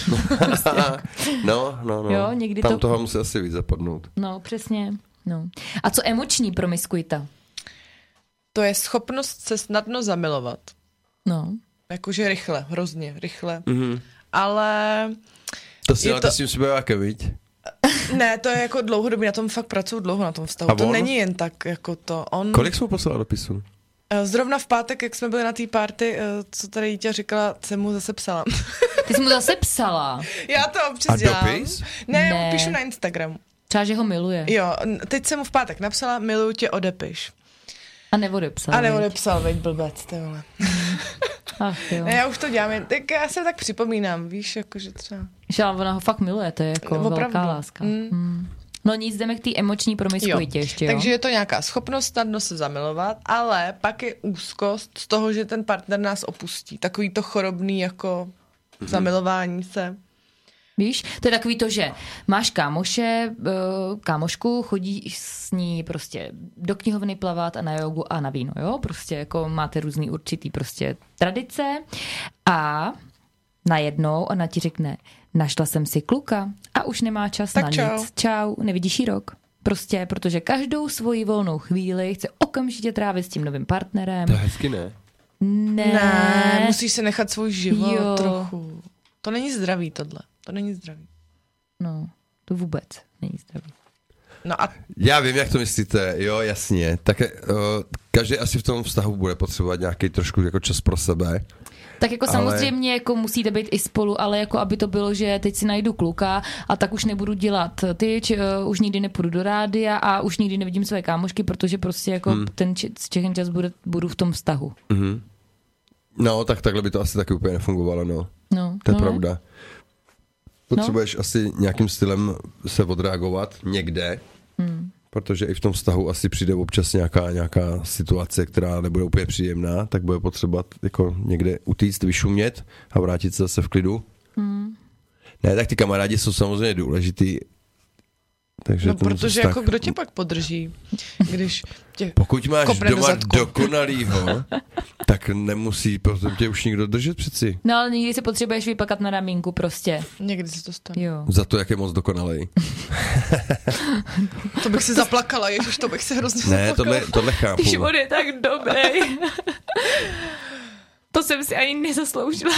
No. Jo, někdy tam toho musí asi víc zapadnout. No, přesně. No. A co emoční promiskuita? To je schopnost se snadno zamilovat. No. Jakože rychle, hrozně rychle. Ale... To si s tím zpěvákem, viď? Ne, to je jako dlouhodobě, na tom fakt pracuju dlouho na tom vztahu. A to není jen tak, jako to. Kolik jsi mu poslala dopisů? Zrovna v pátek, jak jsme byli na té party, co tady Jítě říkala, jsem mu zase psala. Ty jsi mu zase psala? Já to občas dělám. A dopis? Ne, já mu píšu na Instagramu. Třeba, že ho miluje. Jo, teď jsem mu v pátek napsala, miluju tě, odepiš. A neodepsal. A neodepsal, veď blbec, ty vole. Ach jo. Ne, já už to dělám, tak já se tak připomínám, víš, jakože třeba. Že ona ho fakt miluje, to je jako velká láska. No nic, jdeme k té emoční promiskuitě ještě, jo. Takže je to nějaká schopnost snadno se zamilovat, ale pak je úzkost z toho, že ten partner nás opustí. Takový to chorobný jako zamilování se. Víš, to je takový to, že máš kámošku, chodíš s ní prostě do knihovny plavat a na jogu a na víno, jo? Prostě jako máte různý určitý prostě tradice a najednou ona ti řekne, našla jsem si kluka a už nemá čas tak na čau. Nic. Čau, nevidíš jí rok. Prostě, protože každou svoji volnou chvíli chce okamžitě trávit s tím novým partnerem. To je hezky, ne? Ne, musíš se nechat svůj život trochu. To není zdravý tohle. To není zdravý. No, to vůbec není zdravý. No a Já vím, jak to myslíte, jo, jasně. Tak každý asi v tom vztahu bude potřebovat nějaký trošku jako čas pro sebe. Tak jako samozřejmě jako musíte být i spolu, ale jako aby to bylo, že teď si najdu kluka a tak už nebudu dělat už nikdy nepůjdu do rádia a už nikdy nevidím své kámošky, protože prostě jako ten čas budu v tom vztahu. Mm-hmm. No, tak takhle by to asi taky úplně nefungovalo, no. To je pravda. Potřebuješ asi nějakým stylem se odreagovat někde, protože i v tom vztahu asi přijde občas nějaká situace, která nebude úplně příjemná, tak bude potřeba jako někde utíct, vyšumět a vrátit se zase v klidu. Ne, tak ty kamarádi jsou samozřejmě důležitý. Takže no, protože jako kdo tě pak podrží, když tě pokud máš doma dokonalýho, tak nemusí potom tě už nikdo držet přeci. No ale někdy se potřebuješ vypakat na ramínku prostě. Někdy se to stane. Jo. Za to, jak je moc dokonalej. To bych si zaplakala, ježiš, to bych se hrozně zaplakala. Ne, tohle chápu. Když on je tak dobrý. To jsem si ani nezasloužila.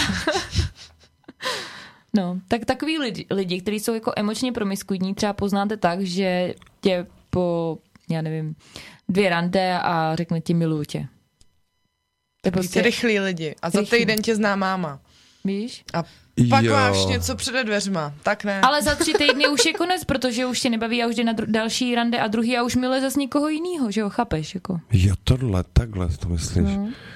No, tak takový lidi, kteří jsou jako emočně promiskuitní, třeba poznáte tak, že tě po, já nevím, 2 rande a řekne ti miluju tě. To prostě rychlí lidi. A za týden tě zná máma. Víš? A pak máš něco přede dveřma. Tak ne. Ale za 3 týdny už je konec, protože už tě nebaví a už jde na další rande a druhý a už miluje zase někoho jinýho, že jo, chápeš? Jako. Jo, takhle to myslíš.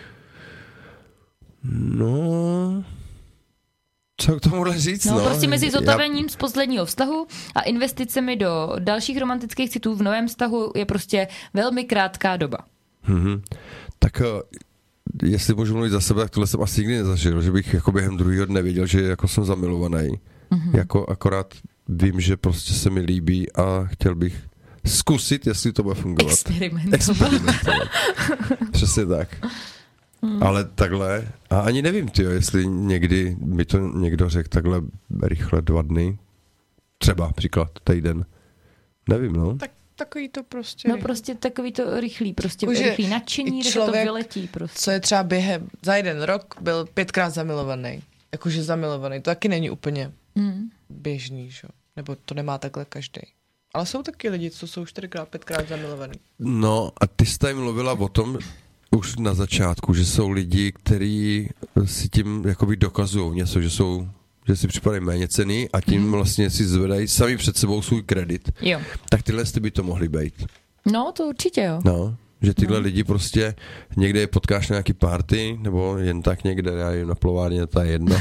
No... Co k tomu říct? No, prostě mezi zotavením z posledního vztahu a investicemi do dalších romantických citů v novém vztahu je prostě velmi krátká doba. Tak jestli můžu mluvit za sebe, tak tohle jsem asi nikdy nezažil, že bych jako během druhého dne věděl, že jako jsem zamilovaný. Jako akorát vím, že prostě se mi líbí a chtěl bych zkusit, jestli to bude fungovat. Experimentovat. Přesně tak. Ale takhle, a ani nevím, jestli někdy mi to někdo řekl takhle rychle 2 dny, třeba příklad týden, nevím, no. Tak takový to prostě. No prostě takový to rychlý nadšení, že to vyletí prostě. Co je třeba během, za 1 rok byl 5krát zamilovaný, jakože zamilovaný, to taky není úplně běžný, že? Nebo to nemá takhle každý. Ale jsou taky lidi, co jsou 4krát, 5krát zamilovaný. No a ty jsi tady mluvila o tom, už na začátku, že jsou lidi, kteří si tím jakoby dokazují něco, že si připadají méněcenný a tím vlastně si zvedají sami před sebou svůj kredit. Jo. Tak tyhle by to mohly být. No, to určitě jo. No, že tyhle lidi prostě někde je potkáš na nějaký party, nebo jen tak někde, já jim na plovárně, to je jedno.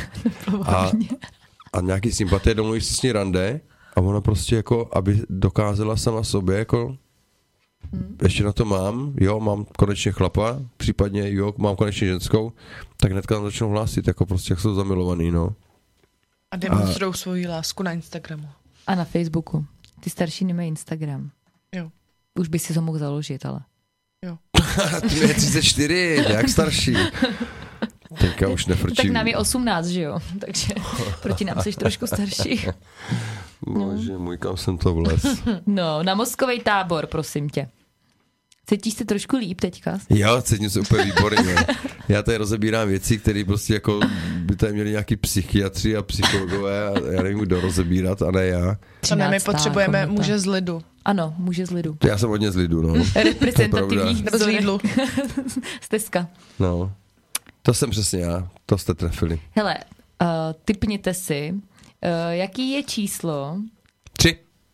a nějaký sympatie, domluvíš si s ní rande a ona prostě jako, aby dokázala sama sobě jako ještě na to mám konečně chlapa, případně mám konečně ženskou, tak hnedka tam začnou hlásit, jako prostě jak jsou zamilovaný, no. A demonstrují svoji lásku na Instagramu. A na Facebooku. Ty starší nemají Instagram. Jo. Už by si to mohl založit, ale. Jo. Ty je 34, jak starší. Teďka už nefrčí. Tak nám je 18, že jo? Takže proti nám jsi trošku starší. Bože můj, kam jsem to vlez. No, na mozkovej tábor, prosím tě. Cítíš se trošku líp teďka? Jo, cítím se úplně výborně. Já tady rozebírám věci, které prostě jako by tady měli nějaký psychiatři a psychologové a já nevím, kdo rozebírat, a ne já. Co ne, my potřebujeme muže z lidu. Ano, muže z lidu. Já jsem hodně z lidu, no. Reprezentativních z Lidlu. Stezka. No, to jsem přesně já, to jste trefili. Hele, tipněte si, jaký je číslo? 3.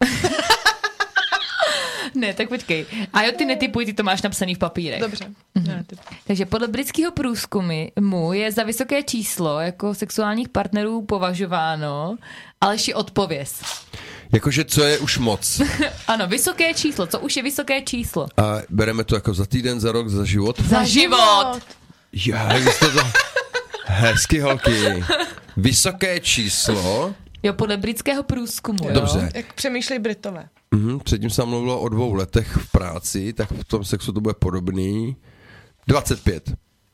Ne, tak počkej. A jo, ty netipuj, ty to máš napsaný v papírech. Dobře. Takže podle britského průzkumu je za vysoké číslo jako sexuálních partnerů považováno, Aleši, odpověz. Jakože co je už moc. Ano, vysoké číslo. Co už je vysoké číslo? A bereme to jako za týden, za rok, za život? Za život! Já, vy jste to... Hezky, holky. Vysoké číslo... Jo, podle britského průzkumu. Dobře. Jak přemýšlej Britové. Předtím se mluvilo o 2 letech v práci, tak v tom sexu to bude podobný. 25.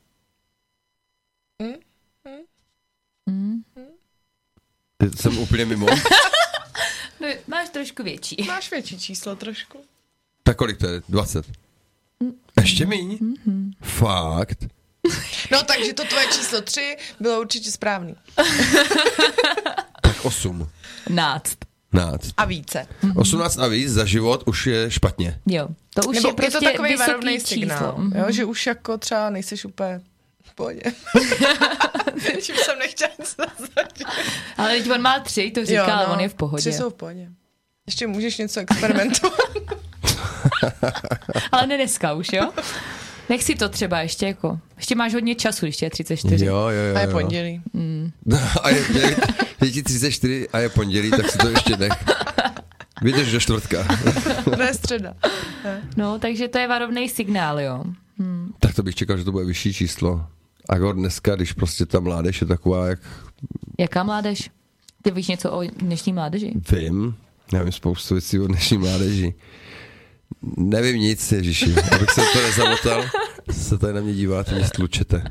Jsem úplně mimo. No, máš trošku větší. Máš větší číslo trošku. Tak kolik to je? 20. Ještě míň? Fakt? No, takže to tvoje číslo 3 bylo určitě správný. Tak tak 8. 18. A více. 18 a víc za život už je špatně. Jo, to už Nebo je prostě je to takový varovný vysoký signál, číslo. jo, že už jako třeba nejseš úplně v pohodě. Čím jsem nechtěla nic nazvat. Ale teď on má 3, to říkal, ale on je v pohodě. 3 jsou v pohodě. Ještě můžeš něco experimentovat. Ale ne dneska už, jo? Nech si to třeba ještě jako. Ještě máš hodně času, když je 34. Jo. A je pondělí. A je ti 34 a je pondělí, tak si to ještě nech. Vydrž do čtvrtka. To je středa. No, takže to je varovný signál, jo. Tak to bych čekal, že to bude vyšší číslo. A dneska, když prostě ta mládež je taková, jak... Jaká mládež? Ty víš něco o dnešní mládeži? Vím. Já vím spoustu věcí o dnešní mládeži. Nevím nic, ježiši. Abych se to nezamotal, se tady na mě díváte, mě stlučete.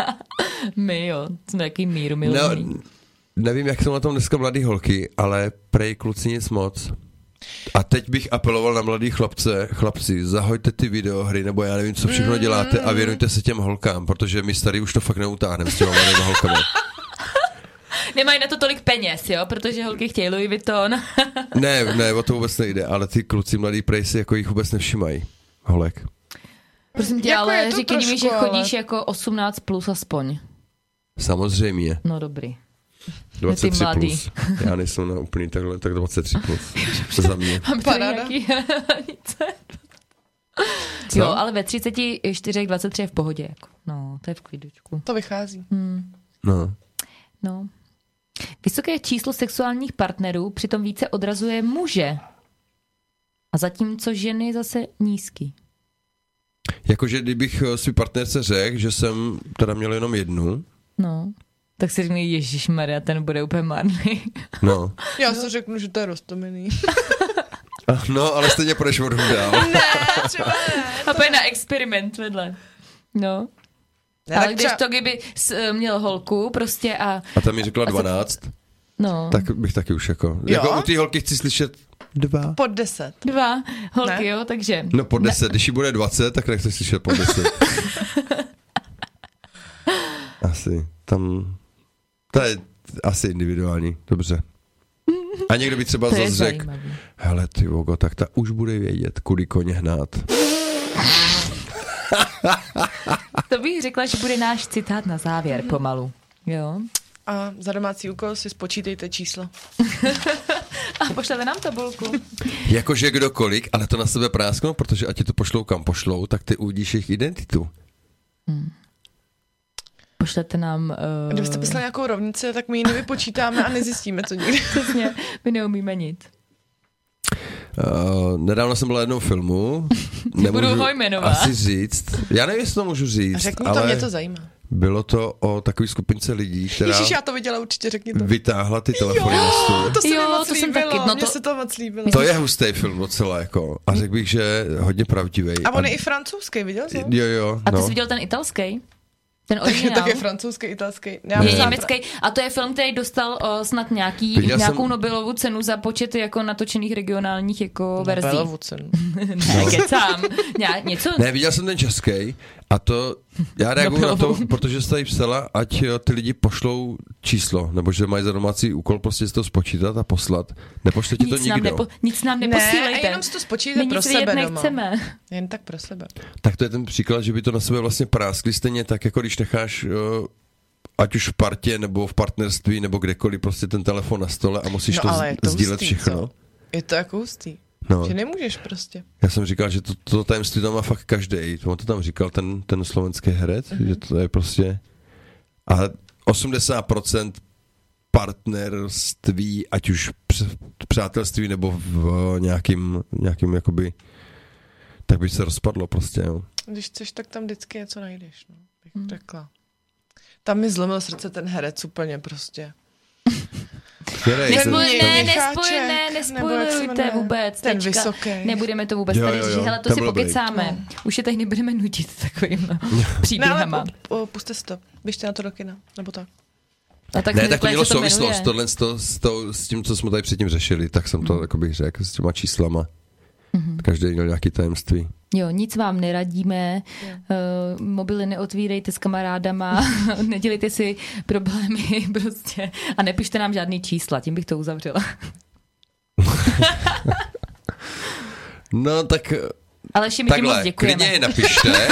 My jo, jsme jaký míru milovný. No, nevím, jak jsou na tom dneska mladý holky, ale prej kluci nic moc. A teď bych apeloval na mladý chlapci, zahoďte ty videohry, nebo já nevím, co všechno děláte a věnujte se těm holkám, protože my starý už to fakt neutáhneme s těma mladými holkami. Nemají na to tolik peněz, jo, protože holky chtějí Louis Vuitton. Ne, o to vůbec nejde, ale ty kluci mladý prej si jako jich vůbec nevšimají. Holek. Prosím tě, Jako ale to říkej mi, trošku, že chodíš jako 18 plus aspoň. Samozřejmě. No dobrý. 23 mladý. plus. Já nejsem na úplný takhle, tak 23 plus. Za mě. Mám tady Paráda. nějaký hranice. Jo, ale ve 34, 23 je v pohodě. Jako. No, to je v klidučku. To vychází. No. Vysoké číslo sexuálních partnerů přitom více odrazuje muže. A zatímco ženy zase nízký. Jakože kdybych svý partnerce řekl, že jsem teda měl jenom jednu. No. Tak si řekni, ježišmarja, ten bude úplně marný. No. Já si řeknu, že to je roztomilý. No, ale stejně půjdeš vodu dál. Ne, třeba ne. A pojď na experiment vedle. No. Ne, Ale tak když to, kdyby měl holku prostě a... A tam mi řekla 12, No. tak bych taky už jako... Jo? Jako u té holky chci slyšet 2. Pod 10. 2 holky, Ne? jo, takže... No po 10, když jí bude 20, tak nechci slyšet po 10. Asi, tam... To je asi individuální, dobře. A někdo by třeba To je zase řekl, zajímavý. hele ty vogo, tak ta už bude vědět, kudy koně hnát. To bych řekla, že bude náš citát na závěr pomalu. Jo. A za domácí úkol si spočítejte číslo. A pošlete nám tabulku. Jakože kdokoliv, ale to na sebe prásknou, protože ať ti to pošlou kam pošlou, tak ty uvidíš jejich identitu. Pošlete nám... Kdybyste poslali nějakou rovnici, tak my ji nevypočítáme a nezjistíme to nikdy. Přesně, my neumíme nic. Nedávno jsem byl na jednom filmu. Budu ho jmenovat. asi říct. Já nevím, jestli to můžu říct, Řekni to, ale mě to zajímá. bylo to o takové skupince lidí, která Ježíš, já to viděla, určitě řekni to. vytáhla ty telefony na stůl. To se mi Jo, moc to jsem líbilo, taky, no mně to- se to moc líbilo. To je hustý film docela, jako. A řekl bych, že hodně pravdivý. A on je i francouzský, viděl jsi? Jo, A ty no. jsi viděl ten italský? Ten Tak originál? je francouzský, italský. Já Je myslím, německý. A to je film, který dostal snad Viděl nějakou jsem- Nobelovu cenu za počet jako natočených regionálních jako verzí. Nobelovu cenu. Ne, kecám. Něco? Ne, viděl jsem ten český a to, já reaguju na to, protože jste tady psala, ať ty lidi pošlou číslo, nebo že mají za domácí úkol prostě si to spočítat a poslat. Nepošle ti to nikdo. Nic nám Ne, neposílejte. a jenom si to spočítejte My pro nic vědět sebe doma. nechceme. Jen tak pro sebe. Tak to je ten příklad, že by to na sebe vlastně práskli stejně tak, jako když necháš ať už v partě, nebo v partnerství, nebo kdekoliv prostě ten telefon na stole a musíš to ale je to sdílet hustý, všechno. co? Je to jako hustý. No. Že nemůžeš prostě. Já jsem říkal, že to tajemství tam má fakt každej. On to tam říkal, ten slovenský herec, že to je prostě... A 80% partnerství, ať už přátelství, nebo v nějakým jakoby... Tak by se rozpadlo prostě, jo. Když chceš, tak tam vždycky něco najdeš, no, bych řekla. Tam mi zlomil srdce ten herec úplně prostě. Nespojujte vůbec. Ten tečka. vysoký. Nebudeme to vůbec Jo, tady jo, říct. jo, Hele, to ten si byl dobrý. pokecáme. Už je tady nebudeme nutit takovým Ne, příběhama. ale puste si to. Běžte na to do kina, nebo tak. A tak Ne, jsme tak to řekli, mělo jak se jmenuje. souvislost, s tím, co jsme tady předtím řešili, tak jsem to, jako bych řekl, s těma číslama. Každý měl nějaký tajemství. Jo, nic vám neradíme, mobily neotvírejte s kamarádama, nedělejte si problémy prostě a nepište nám žádný čísla, tím bych to uzavřela. No tak ale my ti moc děkujeme. Klidně je napište.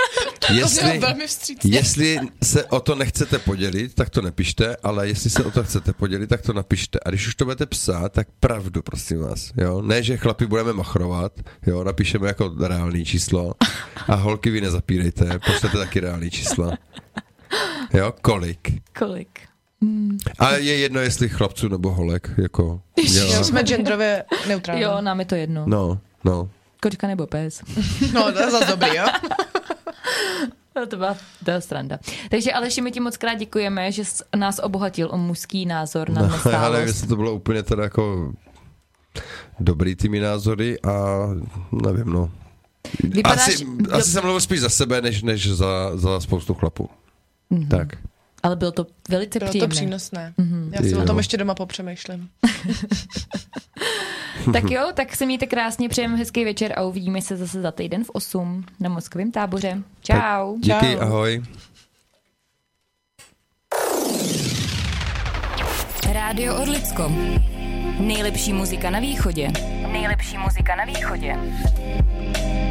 Jestli se o to nechcete podělit, tak to nepište, ale jestli se o to chcete podělit, tak to napište. A když už to budete psát, tak pravdu, prosím vás. Jo? Ne, že chlapi budeme machrovat, jo? Napíšeme jako reálný číslo a holky vy nezapírejte, pošlete taky reálný číslo. Jo, kolik? A je jedno, jestli chlapců nebo holek, jako. Jo, jsme genderově neutrální. Jo, nám je to jedno. No. Kočka nebo pes. No, to je zase dobrý, jo? No, to byla sranda. Takže Aleši, my ti moc krát děkujeme, že jsi nás obohatil o mužský názor na nestálost. Ale jestli to bylo úplně teda jako dobrý tými názory a nevím, no. Asi jsem mluvil spíš za sebe, než za spoustu chlapů. Mm-hmm. Tak. Ale bylo to velice příjemné. Bylo to přínosné. Mm-hmm. Já si o tom ještě doma popřemýšlím. Tak jo, tak se mějte krásně, přejeme hezký večer a uvidíme se zase za týden v 8 na Mozkovém táboře. Čau. Díky, ahoj. Rádio Orlicko. Nejlepší muzika na východě.